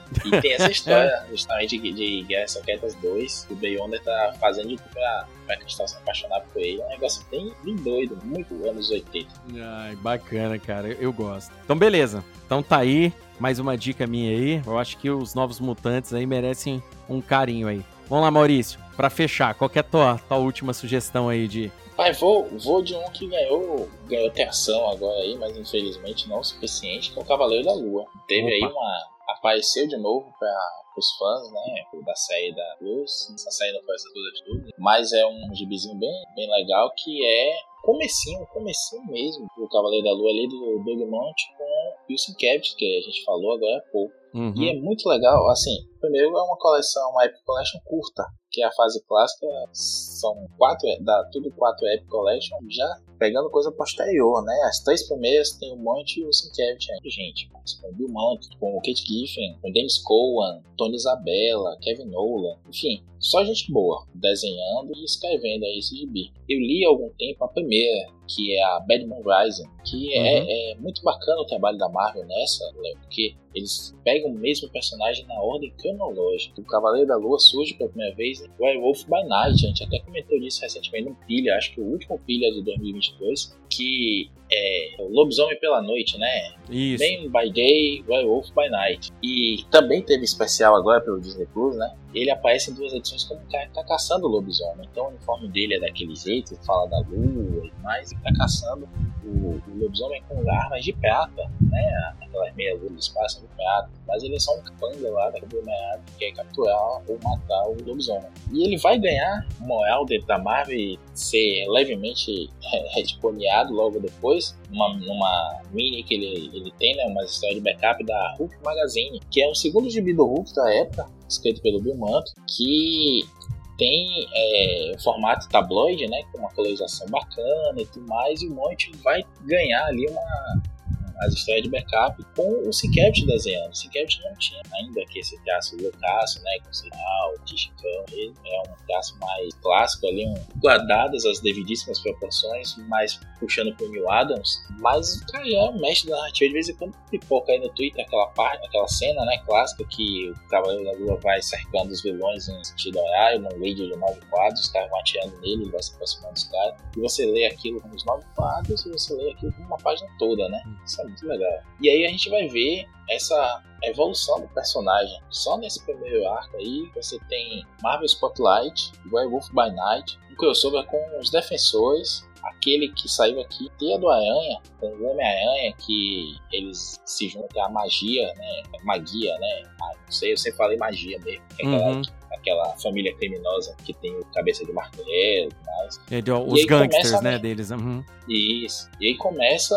E tem essa história justamente de, de Guerras Secretas dois, que o Beyonder tá fazendo de tudo pra, pra Cristal se apaixonar por ele. É um negócio bem, bem doido, muito anos oitenta. Ai, bacana, cara, eu, eu gosto. Então, beleza. Então tá aí, mais uma dica minha aí. Eu acho que os Novos Mutantes aí merecem um carinho aí. Vamos lá, Maurício, pra fechar, qual que é a tua, tua última sugestão aí de... Pai, vou, vou de um que ganhou, ganhou atenção agora aí, mas infelizmente não o suficiente, que é o Cavaleiro da Lua. Teve Opa. aí uma... Apareceu de novo para os fãs, né, da série da Plus. Essa série não foi essas coisas tudo, mas é um gibizinho bem, bem legal, que é comecinho, comecinho mesmo do Cavaleiro da Lua ali do Doug Mont com o Wilson Cabot, que a gente falou agora há pouco. Uhum. E é muito legal, assim, primeiro é uma coleção, uma Epic Collection curta, que é a fase clássica, são quatro, dá tudo quatro Epic Collection, já pegando coisa posterior, né? As três primeiras tem o Monte e o Sienkiewicz aí, gente, com o Bill Mont, com o Kate Giffen, com o Dennis Cowan, Tony Isabella, Kevin Nolan, enfim, só gente boa, desenhando e escrevendo aí esse gibi. Eu li há algum tempo a primeira, que é a Bad Moon Rising, que uhum. é, é muito bacana o trabalho da Marvel nessa, porque eles pegam o mesmo personagem na ordem cronológica. O Cavaleiro da Lua surge pela primeira vez em Werewolf by Night, a gente até comentou disso recentemente no Pilha, acho que o último Pilha de dois mil e vinte e dois, que é o Lobisomem pela Noite, né? Isso. Man by Day, Werewolf by Night. E também teve especial agora pelo Disney Plus, né? Ele aparece em duas edições como um cara que tá caçando o lobisomem. Então o uniforme dele é daquele jeito, fala da lua e mais, e tá caçando o, o lobisomem com armas de prata, né? Aquelas meias luzes do espaço de prata. Mas ele é só um capanga lá da Cabernet que quer capturar ou matar o lobisomem. E ele vai ganhar moral dentro da Marvel e ser levemente retconeado logo depois, numa, numa mini que ele, ele tem, né? Uma história de backup da Hulk Magazine, que é um segundo gibi do Hulk da época, escrito pelo Bill Mont, que tem é, formato tabloide, né, com uma colorização bacana e tudo mais, e o Monte vai ganhar ali uma, as histórias de backup com o Sienkiewicz desenhando. O Sienkiewicz não tinha ainda que esse traço loucaço, né, com o sinal, o Tichicão, ele é um traço mais clássico ali, um, guardadas as devidíssimas proporções, mais puxando pro Neil Adams, mas o cara é um mestre da narrativa. De vez em quando pipoca aí no Twitter aquela parte, aquela cena, né, clássica, que o Cavaleiro da Lua vai cercando os vilões em sentido horário, num vídeo de nove quadros, os caras vão atirando nele, ele vai se aproximando dos caras, e você lê aquilo com os nove quadros, e você lê aquilo com uma página toda, né, isso é muito legal. E aí a gente vai ver essa evolução do personagem. Só nesse primeiro arco aí, você tem Marvel Spotlight, Werewolf by Night, um crossover com os Defensores, aquele que saiu aqui, Teia do Aranha, com o Homem-Aranha, que eles se juntam à magia, né? Magia, né? Ah, não sei, eu sempre falei magia mesmo. Que é aquela, uhum. aquela família criminosa que tem o cabeça de martelo e tudo mais. É, os gangsters, né, deles. Uhum. Isso. E aí começa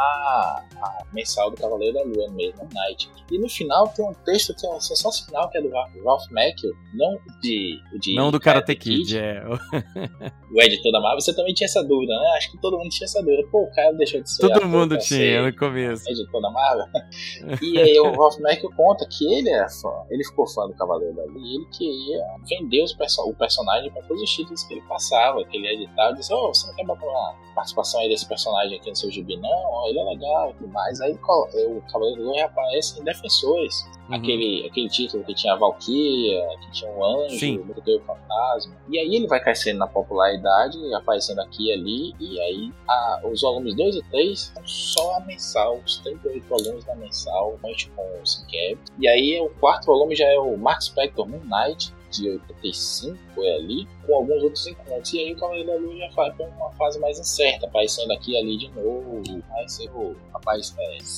a, a mensal do Cavaleiro da Lua mesmo, Night. E no final tem um texto que é uma sensacional, que é do Ralph Macchio, não de, de não do Karate Kid, Kid, é. O editor da Marvel. Você também tinha essa dúvida, né? Acho que todo mundo tinha essa dúvida. Pô, o cara deixou de ser todo ator, mundo tinha no começo. Editor da Marvel. E aí o Ralph Macchio conta que ele é fã, ele ficou fã do Cavaleiro da Lua e ele queria vender os perso- o personagem para todos os títulos que ele passava, que ele editava, e disse, oh, você não quer botar uma participação aí desse personagem aqui no seu gibi? Não, ele é legal e tudo mais. Aí o Cavaleiro da Lua reaparece em Defensores. Uhum. Aquele, aquele título que tinha a Valkyria, que tinha um anjo, o Motoqueiro Fantasma. E aí ele vai crescendo na popularidade, aparecendo aqui e ali. E aí a, os volumes dois e três são só a mensal, os trinta e oito volumes da mensal, junto com o Sienkiewicz. E aí o quarto volume já é o Mark Spector Moon Knight, de oitenta e cinco, foi ali, com alguns outros encontros. E aí o Cavaleiro da Lua já vai para uma fase mais incerta, aparecendo aqui e ali de novo. Aí você, o rapaz, é,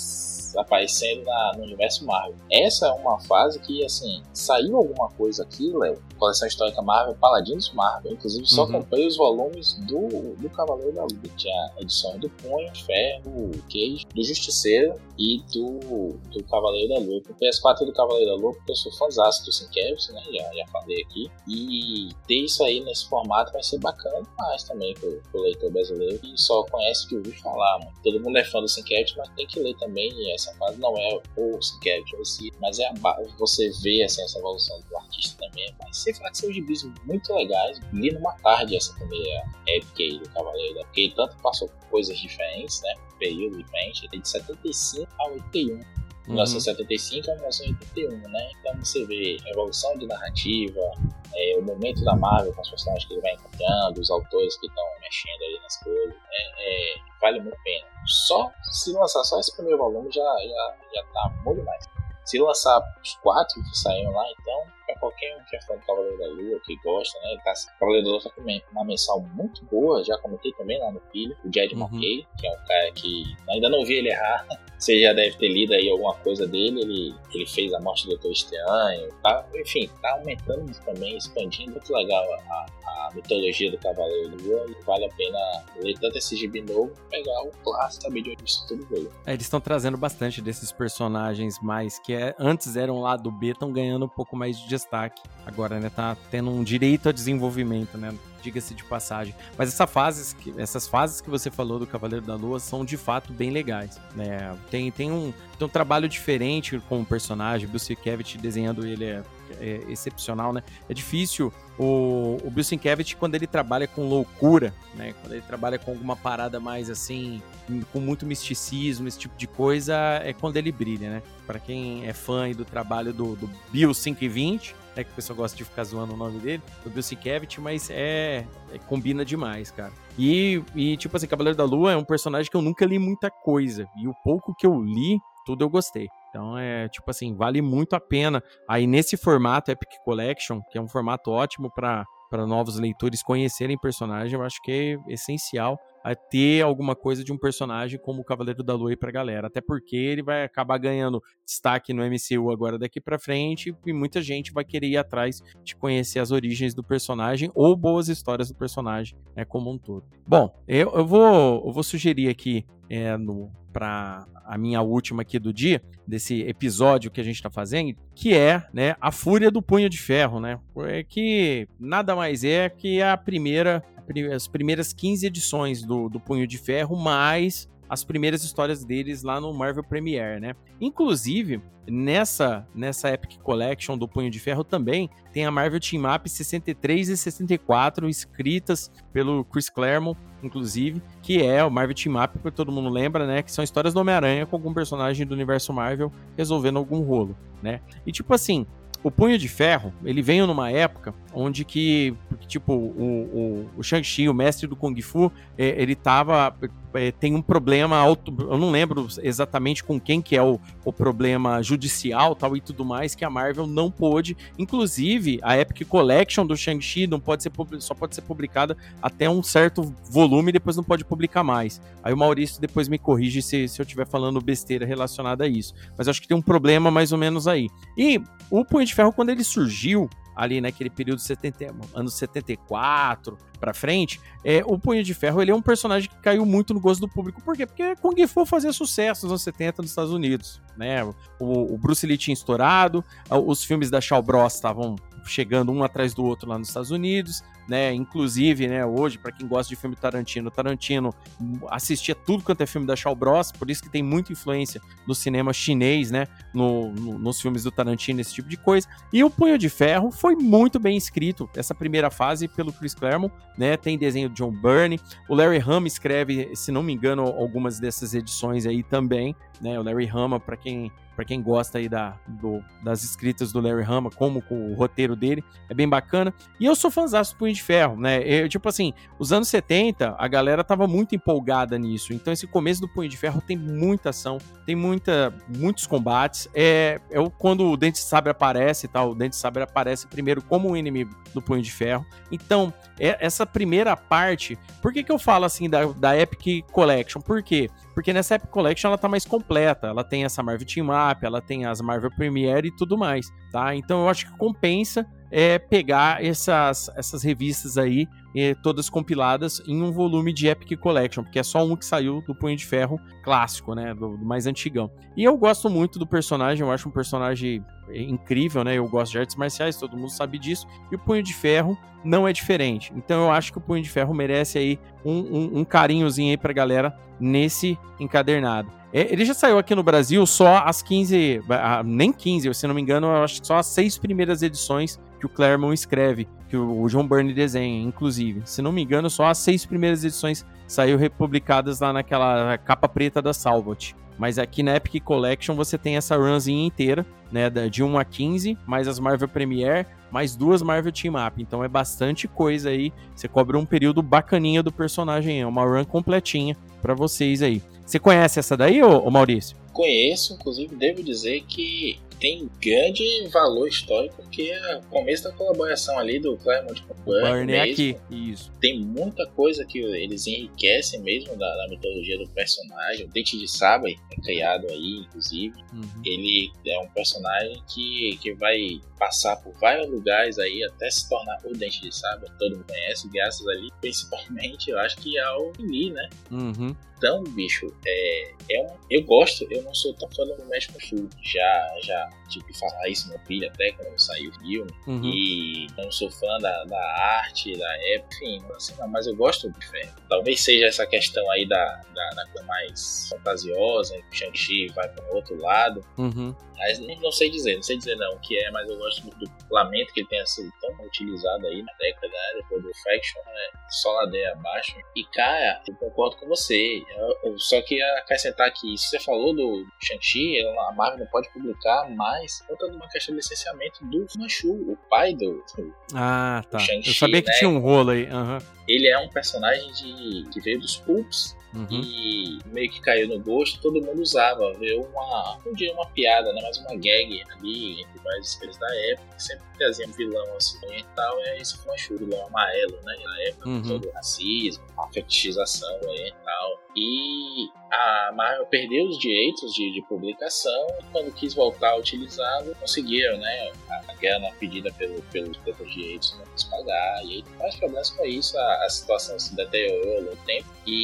aparecendo na, no universo Marvel. Essa é uma fase que, assim, saiu alguma coisa aqui, Léo, coleção histórica Marvel, Paladinos Marvel, inclusive só uhum. comprei os volumes do, do Cavaleiro da Lua. Tinha edições do Punho, Ferro, Cage, do Justiceiro e do, do Cavaleiro da Lua. Eu comprei as quatro do Cavaleiro da Lua porque eu sou fãzaço do Sienkiewicz, né, já, já falei aqui, e ter isso aí nesse formato vai ser bacana demais também pro, pro leitor brasileiro que só conhece o que ouviu falar, mano. Todo mundo é fã do Sienkiewicz, mas tem que ler também, e essa fase não é o Sienkiewicz, mas é a base, você vê assim, essa evolução do artista também, mas sem falar que são gibis muito legais. Li numa tarde essa primeira época aí do Cavaleiro, né? Porque tanto passou por coisas diferentes, né, período diferente, de setenta e cinco a oitenta e um. mil novecentos e setenta e cinco a mil novecentos e oitenta e um, né? Então você vê a evolução de narrativa, é, o momento da Marvel com os personagens que ele vai encontrando, os autores que estão mexendo ali nas coisas, né? É, vale muito a pena. Só se lançar só esse primeiro volume já, já, já tá bom demais. Se lançar os quatro que saíram lá, então, pra qualquer um que é fã do Cavaleiro da Lua, que gosta, né? Tá, o Cavaleiro da Lua tá com uma mensal muito boa, já comentei também lá no filho, o Jed uhum. McKay, que é um cara que ainda não vi ele errar. Você já deve ter lido aí alguma coisa dele, ele, ele fez a morte do Doutor Estranho, tá? Enfim, tá aumentando também, expandindo, muito legal a, a mitologia do Cavaleiro da Lua, e vale a pena ler tanto esse gibi novo, pegar o clássico, saber de onde isso tudo veio. É, eles estão trazendo bastante desses personagens mais que é, antes eram lá do B, estão ganhando um pouco mais de destaque. Agora, né, tá tendo um direito a desenvolvimento, né? Diga-se de passagem. Mas essa fase, essas fases que você falou do Cavaleiro da Lua são de fato bem legais, né? Tem, tem, um, tem um trabalho diferente com o personagem, o Bill Sienkiewicz desenhando ele é, é excepcional, né? É difícil o, o Bill Sienkiewicz, quando ele trabalha com loucura, né? Quando ele trabalha com alguma parada mais assim, com muito misticismo, esse tipo de coisa, é quando ele brilha, né? Para quem é fã do trabalho do, do Bill cinco e vinte, é que o pessoal gosta de ficar zoando o nome dele, do Bill Sienkiewicz, mas é, é combina demais, cara. E, e, tipo assim, Cavaleiro da Lua é um personagem que eu nunca li muita coisa, e o pouco que eu li, tudo eu gostei. Então é, tipo assim, vale muito a pena. Aí nesse formato Epic Collection, que é um formato ótimo para para novos leitores conhecerem personagem, eu acho que é essencial a ter alguma coisa de um personagem como o Cavaleiro da Lua aí pra galera, até porque ele vai acabar ganhando destaque no M C U agora daqui pra frente, e muita gente vai querer ir atrás de conhecer as origens do personagem ou boas histórias do personagem, né, como um todo. Bom, eu, eu, vou, eu vou sugerir aqui é, no, pra a minha última aqui do dia, desse episódio que a gente tá fazendo, que é, né, a Fúria do Punho de Ferro, né, é que nada mais é que a primeira, as primeiras quinze edições do, do Punho de Ferro, mais as primeiras histórias deles lá no Marvel Premiere, né? Inclusive, nessa, nessa Epic Collection do Punho de Ferro também tem a Marvel Team Up sessenta e três e sessenta e quatro, escritas pelo Chris Claremont, inclusive, que é o Marvel Team Up, porque todo mundo lembra, né? Que são histórias do Homem-Aranha com algum personagem do universo Marvel resolvendo algum rolo, né? E tipo assim, o Punho de Ferro, ele veio numa época onde que, tipo, o, o, o Shang-Chi, o mestre do Kung Fu, é, ele tava, é, tem um problema, auto, eu não lembro exatamente com quem que é o, o problema judicial, tal e tudo mais, que a Marvel não pôde, inclusive a Epic Collection do Shang-Chi não pode ser, só pode ser publicada até um certo volume e depois não pode publicar mais. Aí o Maurício depois me corrige se, se eu estiver falando besteira relacionada a isso, mas eu acho que tem um problema mais ou menos aí. E o Punho de Ferro, quando ele surgiu, ali naquele período setenta, anos setenta e quatro pra frente, é, o Punho de Ferro ele é um personagem que caiu muito no gosto do público. Por quê? Porque Kung Fu fazia sucesso nos anos setenta nos Estados Unidos, né? O, o Bruce Lee tinha estourado, os filmes da Shaw Bros estavam chegando um atrás do outro lá nos Estados Unidos, né? Inclusive, né, hoje, para quem gosta de filme Tarantino, Tarantino assistia tudo quanto é filme da Shaw Bros, por isso que tem muita influência no cinema chinês, né? No, no, nos filmes do Tarantino, esse tipo de coisa. E o Punho de Ferro foi muito bem escrito, essa primeira fase, pelo Chris Claremont, né? Tem desenho de John Byrne, o Larry Hama escreve, se não me engano, algumas dessas edições aí também, né? O Larry Hama, para quem para quem gosta aí da, do, das escritas do Larry Hama, como com o roteiro dele, é bem bacana. E eu sou fãzaço do Punho de Ferro, né? Eu, tipo assim, os anos setenta, a galera tava muito empolgada nisso. Então esse começo do Punho de Ferro tem muita ação, tem muita, muitos combates. É, é quando o Dente Sabre aparece e tal, o Dente Sabre aparece primeiro como um inimigo do Punho de Ferro. Então, é, essa primeira parte, por que que eu falo assim da, da Epic Collection? Por quê? porque nessa Epic Collection ela tá mais completa, ela tem essa Marvel Team Up, ela tem as Marvel Premiere e tudo mais, tá? Então eu acho que compensa é pegar essas, essas revistas aí, é, todas compiladas em um volume de Epic Collection, porque é só um que saiu do Punho de Ferro clássico, né, do, do mais antigão. E eu gosto muito do personagem, eu acho um personagem incrível, né, eu gosto de artes marciais, todo mundo sabe disso, e o Punho de Ferro não é diferente. Então eu acho que o Punho de Ferro merece aí um, um, um carinhozinho aí pra galera nesse encadernado. Ele já saiu aqui no Brasil só as quinze, nem quinze, se não me engano, eu acho que só as seis primeiras edições que o Claremont escreve, que o John Byrne desenha, inclusive. Se não me engano, só as seis primeiras edições saíram republicadas lá naquela capa preta da Salvat. Mas aqui na Epic Collection você tem essa runzinha inteira, né, de um a quinze, mais as Marvel Premiere, mais duas Marvel Team Up. Então é bastante coisa aí, você cobre um período bacaninha do personagem, é uma run completinha pra vocês aí. Você conhece essa daí, ô, ô Maurício? Conheço, inclusive devo dizer que tem grande valor histórico, porque é o começo da colaboração ali do Claremont com o Byrne é aqui, isso. Tem muita coisa que eles enriquecem mesmo da, da mitologia do personagem. O Dente de Sabre é criado aí, inclusive. Uhum. Ele é um personagem que, que vai passar por vários lugares aí até se tornar o Dente de Sabre. Todo mundo conhece, graças ali, principalmente, eu acho que ao Lee, né? Uhum. Então, bicho, é, é um, eu gosto, eu não sou tão fã do México Sul. Já, já tive que falar isso no meu filho até quando saiu o filme. Uhum. E eu não sou fã da, da arte, da época, enfim, assim, não, mas eu gosto do Ferro. Talvez seja essa questão aí da, da, da coisa mais fantasiosa, que o Shang-Chi vai para o outro lado. Uhum. Mas não sei dizer, não sei dizer não o que é, mas eu gosto muito do lamento que ele tenha sido tão utilizado aí na década, né, depois do Faction, né, só ladeia abaixo. E cara, eu concordo com você, eu, eu só queria acrescentar que isso que você falou do Shang-Chi, a Marvel não pode publicar mais, conta de uma questão de licenciamento do Fu Manchu, o pai do, do Ah, tá. Eu sabia que, né, tinha um rolo aí. Uhum. Ele é um personagem de, que veio dos pulps. Uhum. E meio que caiu no gosto, todo mundo usava, viu uma, não diria uma piada, né, mas uma gag ali entre vários escritos da época, que sempre trazia um vilão assim, oriental, é esse Fu Manchu, vilão amarelo, né, na época, uhum. todo o racismo, a fetichização oriental. E a Marvel perdeu os direitos de, de publicação, e quando quis voltar a utilizá-lo, conseguiram, né, a grana pedida pelo, pelos, pelos direitos não quis pagar, e aí tem vários problemas com isso, a, a situação se deteriorou no tempo,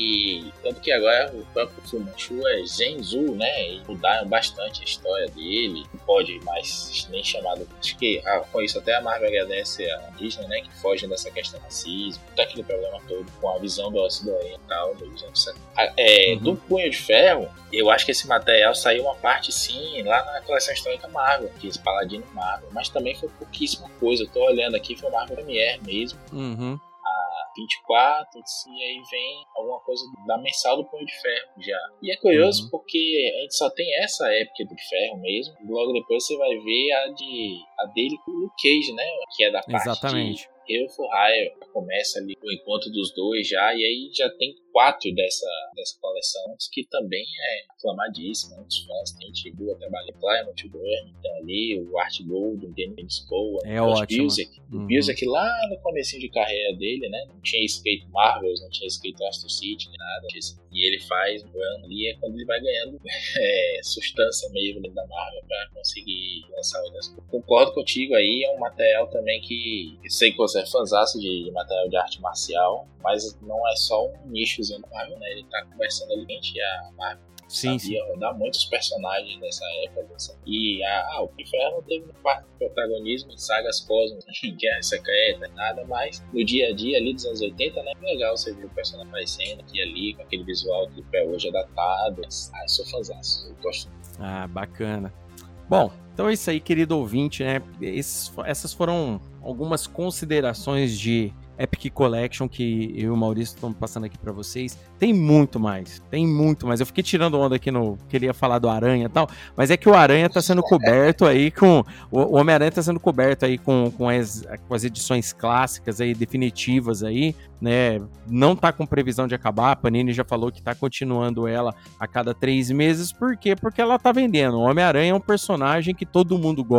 e tanto que agora o próprio Fu Manchu é Zhenzu, né, e mudaram bastante a história dele, não pode mais nem chamado, acho que ah, com isso até a Marvel agradece a Disney, né, que fogem dessa questão do racismo, daquele problema todo com a visão do ácido oriental dos anos setenta. É, uhum. Do Punho de Ferro, eu acho que esse material saiu uma parte sim lá na coleção histórica Marvel, que esse Paladino Marvel, mas também foi pouquíssima coisa. Eu tô olhando aqui, foi Marvel Premiere mesmo. Uhum. A vinte e quatro, e aí vem alguma coisa da mensal do Punho de Ferro já. E é curioso uhum. porque a gente só tem essa época do Ferro mesmo, logo depois você vai ver a, de, a dele com o Luke Cage, né? Que é da parte Exatamente. de Eu for Hire. Começa ali o encontro dos dois já, e aí já tem quatro dessa, dessa coleção, que também é aclamadíssima, muitos fãs. Tem o Tibu, eu trabalhei com Claremont, o Byrne, tem ali o Art Gold, o Dennis Cole, é o Busiek. O uhum. Busiek lá no comecinho de carreira dele, né? Não tinha escrito Marvels, não tinha escrito Astro City, nem nada disso. E ele faz um ano ali, é quando ele vai ganhando é, substância mesmo dentro da Marvel pra conseguir lançar outras coisas. Concordo contigo aí, é um material também que eu sei que você é fãzaço de, de material de arte marcial, mas não é só um nichozinho da Marvel, né? Ele tá conversando ali, gente, a Marvel sim, sabia sim. rodar muitos personagens dessa época. Dessa... E a, ah, o Punho de Ferro não teve parte do protagonismo em sagas cósmicas, em Guerra Secreta, nada, mas no dia a dia ali dos anos oitenta, né? É legal você ver o personagem aparecendo aqui e ali, com aquele visual que até hoje é datado. Ah, eu sou fãzaço, eu gosto. Ah, bacana. Bom, então é isso aí, querido ouvinte, né? Esses, essas foram algumas considerações de Epic Collection que eu e o Maurício estamos passando aqui para vocês. Tem muito mais, tem muito mais. Eu fiquei tirando onda aqui no... Queria falar do Aranha e tal, mas é que o Aranha tá sendo coberto aí com... O Homem-Aranha tá sendo coberto aí com, com, as, com as edições clássicas aí, definitivas aí, né? Não tá com previsão de acabar, a Panini já falou que tá continuando ela a cada três meses. Por quê? Porque ela tá vendendo. O Homem-Aranha é um personagem que todo mundo gosta.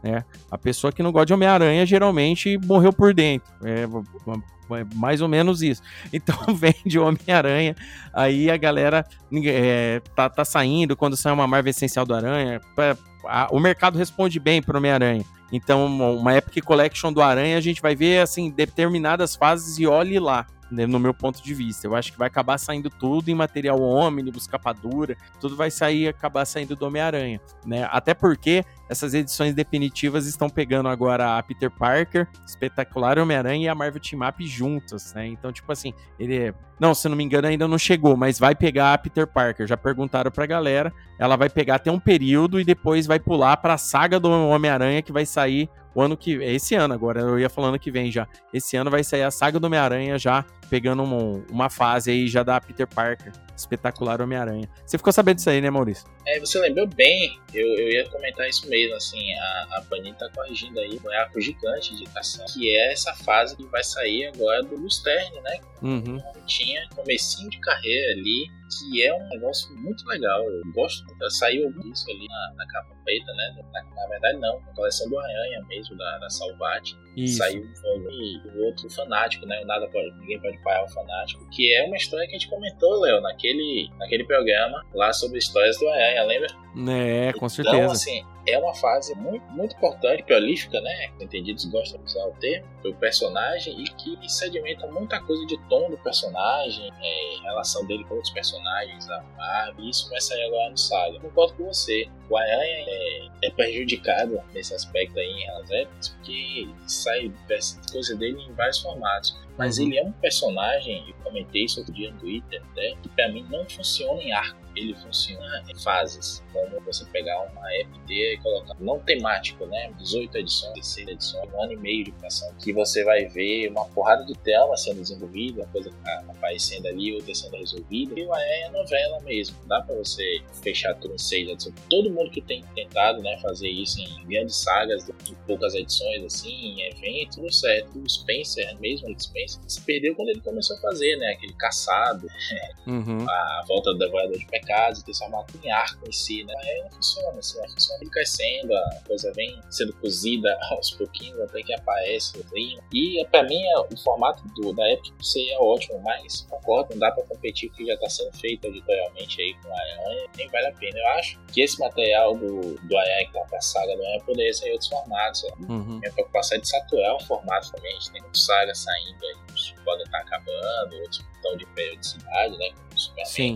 né? A pessoa que não gosta de Homem-Aranha geralmente morreu por dentro. É, é mais ou menos isso. Então vende o Homem-Aranha, aí a galera é, tá, tá saindo, quando sai uma Marvel Essencial do Aranha, pra, a, o mercado responde bem pro Homem-Aranha. Então uma Epic Collection do Aranha a gente vai ver assim determinadas fases e olhe lá, né, no meu ponto de vista. Eu acho que vai acabar saindo tudo em material ônibus, capa dura, tudo vai sair, acabar saindo do Homem-Aranha, né? Até porque essas edições definitivas estão pegando agora a Peter Parker, Espetacular Homem-Aranha e a Marvel Team Up juntas, né? Então, tipo assim, ele... Não, se não me engano, ainda não chegou, mas vai pegar a Peter Parker. Já perguntaram pra galera, ela vai pegar até um período e depois vai pular pra saga do Homem-Aranha que vai sair o ano que... Esse ano agora, eu ia falando que vem já. Esse ano vai sair a saga do Homem-Aranha já, pegando um, uma fase aí já da Peter Parker. Espetacular Homem-Aranha. Você ficou sabendo disso aí, né, Maurício? É, você lembrou bem, eu, eu ia comentar isso mesmo, assim, a, a Panini tá corrigindo aí um arco gigante de cação, que é essa fase que vai sair agora do Lusterne, né? Uhum. Tinha comecinho de carreira ali, que é um negócio muito legal, eu gosto muito. Saiu isso ali na, na capa preta, né? Na, na verdade não, na coleção do Aranha mesmo, da, da Salvat. Isso. Saiu um volume e o outro Fanático, né? O Nada Pode, Ninguém Pode Parar o Fanático, que é uma história que a gente comentou, Léo, naquele, naquele programa lá sobre histórias do Aranha, lembra? É, com certeza. Então, assim, é uma fase muito, muito importante, prolífica, né? Entendidos gostam de usar o termo, do personagem, e que sedimenta muita coisa de tom do personagem, é, relação dele com outros personagens da Marvel, e isso vai sair agora no Saga. Eu concordo com você, o Aranha é, é prejudicado nesse aspecto aí em relação a porque sai coisa dele em vários formatos. Mas uhum. ele é um personagem, eu comentei isso outro dia no Twitter, até, que pra mim não funciona em arco. Ele funciona em fases, como você pegar uma app inteira e colocar, não temático, né, dezoito edições, dezesseis edições, um ano e meio de criação, que você vai ver uma porrada de trama sendo desenvolvida, coisa aparecendo ali, outra sendo resolvida, e é novela mesmo, dá pra você fechar tudo em seis edições. Todo mundo que tem tentado, né, fazer isso em grandes sagas, de poucas edições, assim, em eventos, tudo certo. O Spencer, mesmo o Spencer, se perdeu quando ele começou a fazer, né, aquele caçado, uhum. a volta do Devorador de Pecados, e transformado em arco em si, né? Aí não funciona, assim, não funciona crescendo, a coisa vem sendo cozida aos pouquinhos até que aparece o clima. E pra mim o formato do, da Epic seria ótimo, mas concordo, não dá pra competir com o que já tá sendo feito editorialmente aí com a Aranha, nem vale a pena. Eu acho que esse material do, do Aranha que tá pra saga do Aranha poderia sair em outros formatos. Uhum. Minha preocupação é de saturar o formato também, a gente tem muitos sagas saindo aí, uns podem estar acabando, outros estão de periodicidade, né? Como o Superman. Sim.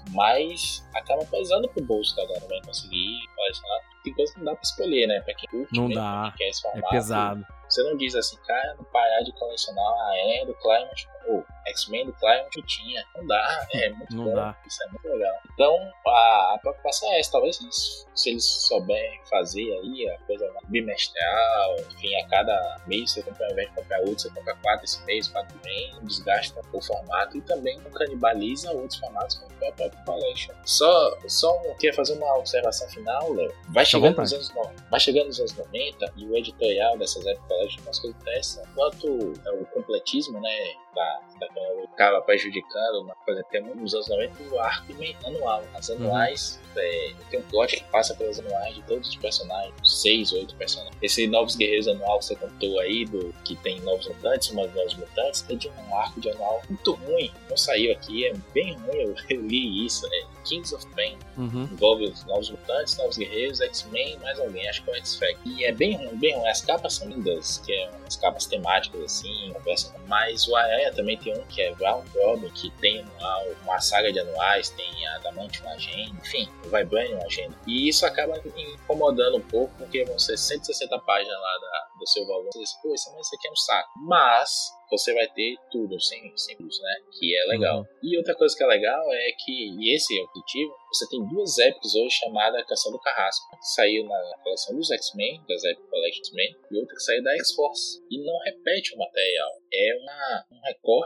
Mas acaba pesando pro bolso, cada um vai conseguir colecionar. Tem coisa que não dá pra escolher, né? Pra quem curte, não mesmo, dá. Quem quer esse formato, é pesado. Você não diz assim, cara, não parar de colecionar a Aranha do Claremont ou X-Men do Claremont que tinha. Não dá, é muito não bom. Dá. Isso é muito legal. Então, a, a preocupação é essa. Talvez se eles, se eles souberem fazer aí a coisa bimestral, enfim, a cada mês você compra, ao invés de comprar outro, você compra quatro esse mês, quatro vem, desgasta o formato e também não canibaliza outros formatos como o próprio Collection. Só, só um, queria fazer uma observação final, Léo. Vai chegando nos anos vai chegando nos anos noventa e o editorial dessas épocas de umas coisas dessas, enquanto é o completismo, né, da, da o cara prejudicando, por exemplo, nos anos noventa o arco anual, as anuais, uhum. é, tem um plot que passa pelas anuais de todos os personagens, seis, oito personagens. Esse Novos Guerreiros anual que você contou aí, do, que tem novos mutantes, umas novos mutantes, é de um arco de anual muito ruim, não saiu aqui, é bem ruim, eu, eu li isso, né, Kings of Pain, uhum. envolve os novos mutantes, novos guerreiros, X-Men, mais alguém, acho que é o X-Factor. E é bem ruim, bem ruim. As capas são lindas, que é umas capas temáticas assim, mas o Aranha também tem um que é Round Robin, que tem uma, uma saga de anuais, tem a Adamantium Agenda, enfim, o Vibranium Agenda. E isso acaba incomodando um pouco, porque vão ser cento e sessenta páginas lá da, do seu volume. Você diz, pô, isso aqui é um saco. Mas você vai ter tudo, sem, sem isso, né? Que é legal. Uhum. E outra coisa que é legal é que, e esse é o objetivo, você tem duas épicas hoje chamadas Canção do Carrasco, que saiu na coleção dos X-Men, das Epic Collection X-Men, e outra que saiu da X-Force. E não repete o material. É uma, um recorte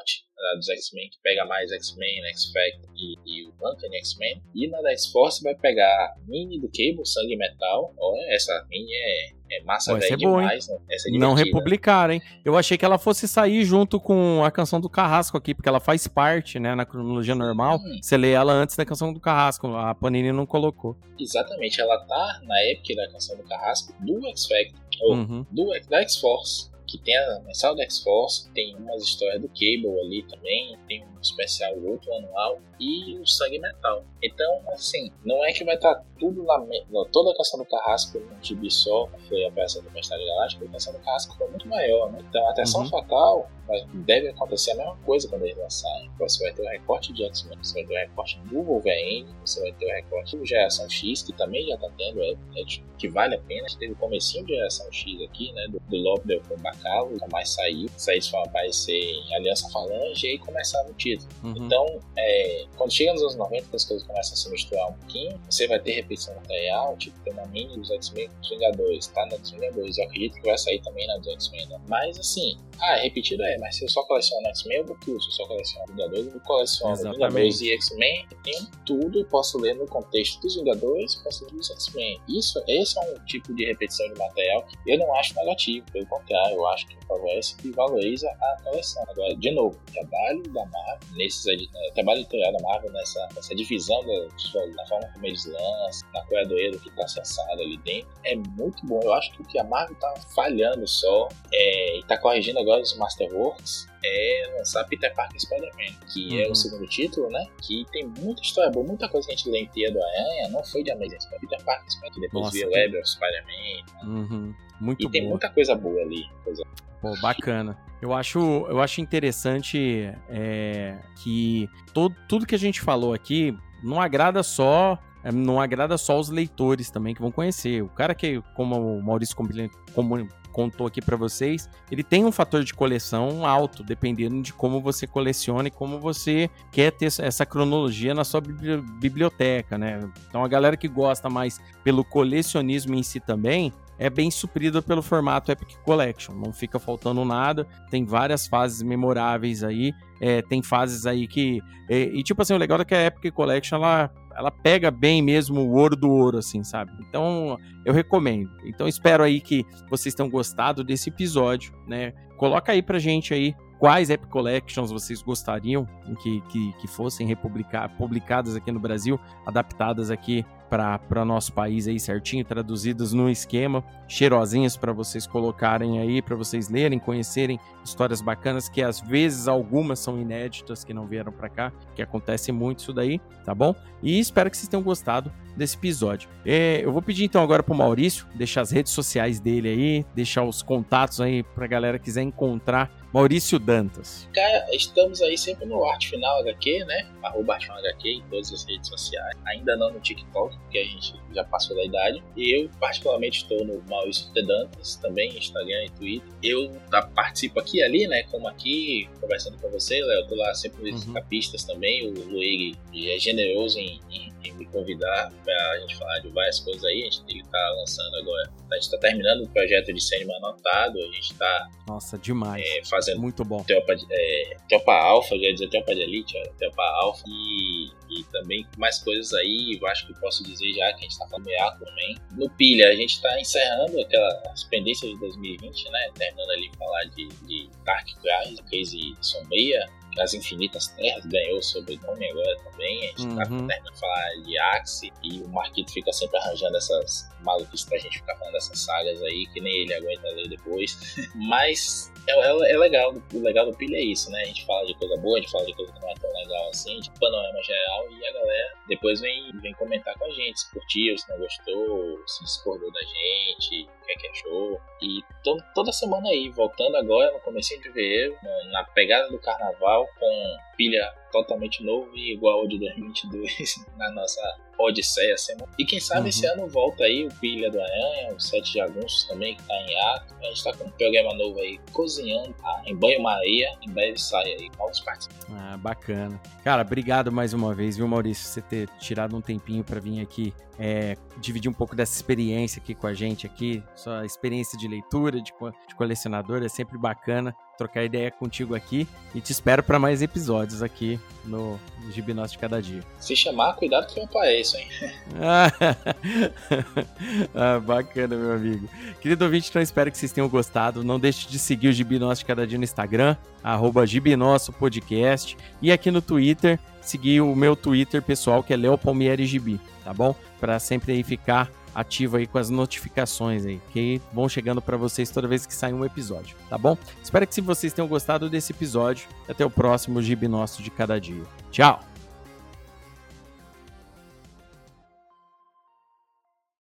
da dos X-Men, que pega mais X-Men, X-Factor e, e o Uncanny X-Men. E na da X-Force vai pegar a mini do Cable, Sangue Metal. Olha, essa mini é... É massa, velho, é demais, né? Essa é não republicaram, hein? Eu achei que ela fosse sair junto com a canção do Carrasco aqui, porque ela faz parte, né, na cronologia normal. Hum. Você lê ela antes da canção do Carrasco, a Panini não colocou. Exatamente, ela tá na época da canção do Carrasco do X-Factor, ou uhum. do, da X-Force, que tem a mensal da X-Force, tem umas histórias do Cable ali também, tem um especial outro anual e o Sangue Metal. Então, assim, não é que vai estar tá tudo na toda a canção do Carrasco num gibi só, foi a peça do Tempestade Galáctica, a canção do Carrasco foi muito maior, né? Então, a Atenção uhum. Fatal deve acontecer a mesma coisa quando eles lançarem. Você vai ter o recorte de X-Men, você vai ter o recorte do Wolverine, você vai ter o recorte do Geração X, que também já tá tendo, é, é, que vale a pena. A gente teve o comecinho de Geração X aqui, né, do, do Lobdell com o Bacalo, nunca mais saiu. Saíram para aparecer em Aliança Falange e aí começava o título. Uhum. Então, é, quando chega nos anos noventa, as coisas começam a se misturar um pouquinho, você vai ter repetição material, tipo, tem uma mini dos X-Men com os Vingadores, tá na dos Vingadores. Eu acredito que vai sair também na dos X-Men, né? Mas, assim, ah, repetido é, mas se eu só coleciono X-Men, eu vou tudo. Se eu só coleciono Vingadores, eu vou colecionar Vingadores e X-Men. Eu tenho tudo, eu posso ler no contexto dos Vingadores, posso ler dos X-Men. Isso, esse é um tipo de repetição de material que eu não acho negativo, pelo contrário, eu acho que favorece e valoriza a coleção. Agora, de novo, o trabalho da Marvel, nesses, o trabalho editorial da Marvel nessa, nessa divisão da, da forma como eles lançam, na curadoria que está acessado ali dentro, é muito bom. Eu acho que o que a Marvel está falhando só é, e está corrigindo agora os Masterworks é lançar Peter Parker Spider-Man, que uhum. é o segundo título, né? Que tem muita história boa, muita coisa que a gente lê em Teia do Aranha, não foi de Amazing Spider-Man, Peter Parker Spider-Man, que depois veio o Web of Spider-Man. Uhum. Muito e tem boa. muita coisa boa ali. Coisa... Pô, bacana. Eu acho, eu acho interessante é, que todo, tudo que a gente falou aqui não agrada só... Não agrada só os leitores também que vão conhecer. O cara que, como o Maurício como contou aqui para vocês, ele tem um fator de coleção alto, dependendo de como você coleciona e como você quer ter essa cronologia na sua biblioteca, né? Então a galera que gosta mais pelo colecionismo em si também é bem suprida pelo formato Epic Collection, não fica faltando nada, tem várias fases memoráveis aí, é, tem fases aí que... É, e tipo assim, o legal é que a Epic Collection, ela, ela pega bem mesmo o ouro do ouro, assim, sabe? Então, eu recomendo. Então, espero aí que vocês tenham gostado desse episódio, né? Coloca aí pra gente aí quais Epic Collections vocês gostariam que, que, que fossem republicar, publicadas aqui no Brasil, adaptadas aqui para nosso país aí certinho, traduzidas no esquema, cheirosinhas para vocês colocarem aí, para vocês lerem, conhecerem histórias bacanas, que às vezes algumas são inéditas, que não vieram para cá, que acontece muito isso daí, tá bom? E espero que vocês tenham gostado desse episódio. É, eu vou pedir então agora pro Maurício, deixar as redes sociais dele aí, deixar os contatos aí pra galera que quiser encontrar Maurício Dantas. Cara, estamos aí sempre no Arte Final H Q, né? Arroba Arte Final H Q em todas as redes sociais. Ainda não no TikTok, porque a gente já passou da idade. E eu, particularmente, estou no Maurício T. Dantas, também Instagram e Twitter. Eu tá, participo aqui e ali, né? Como aqui, conversando com você, Léo. Eu tô lá sempre nos uhum. capistas também. O Luigi é generoso em, em, em me convidar pra gente falar de várias coisas aí. A gente, ele tá lançando agora. A gente tá terminando o projeto de cinema anotado. A gente tá... Nossa, demais. É, fazendo muito bom. Teopa, é, Teopa Alpha, já ia dizer Teopa de Elite, ó, Teopa Alpha e, e também mais coisas aí, eu acho que posso dizer já que a gente tá falando meio também. No Pilha, a gente tá encerrando aquelas pendências de dois mil e vinte, né? Terminando ali falar de, de Dark Crisis, Crise Sombria, As Infinitas Terras, ganhou o sobrenome agora também. A gente uhum. tá terminando de falar de Axe e o Marquito fica sempre arranjando essas maluquices pra gente ficar falando dessas sagas aí, que nem ele aguenta ler depois. Mas é, é, é legal, o legal do Pilha é isso, né? A gente fala de coisa boa, a gente fala de coisa que não é tão legal assim, de panorama geral, e a galera depois vem, vem comentar com a gente se curtiu, se não gostou, se discordou da gente, o que é que achou. E to, toda semana aí, voltando agora no comecinho de fevereiro, na pegada do carnaval, com Pilha totalmente novo e igual ao de dois mil e vinte e dois na nossa odisseia. E quem sabe uhum. esse ano volta aí o Pilha do Aranha, o Sete Jagunços também, que tá em ato. A gente tá com um programa novo aí, cozinhando, tá? Em banho-maria, em breve sai aí, novos participantes. Ah, bacana. Cara, obrigado mais uma vez, viu, Maurício, você ter tirado um tempinho pra vir aqui é, dividir um pouco dessa experiência aqui com a gente aqui, sua experiência de leitura, de, de colecionador, é sempre bacana. trocar ideia contigo aqui e te espero para mais episódios aqui no Gibi Nosso de Cada Dia. Se chamar, cuidado que eu apareço, hein? Ah, bacana, meu amigo. Querido ouvinte, então espero que vocês tenham gostado. Não deixe de seguir o Gibi Nosso de Cada Dia no Instagram, arroba Gibi Nosso Podcast, e aqui no Twitter, seguir o meu Twitter pessoal, que é Léo Palmieri Gibi, tá bom? Para sempre aí ficar ativo aí com as notificações aí, que vão chegando para vocês toda vez que sai um episódio, tá bom? Espero que vocês tenham gostado desse episódio. Até o próximo Gibi Nosso de Cada Dia. Tchau!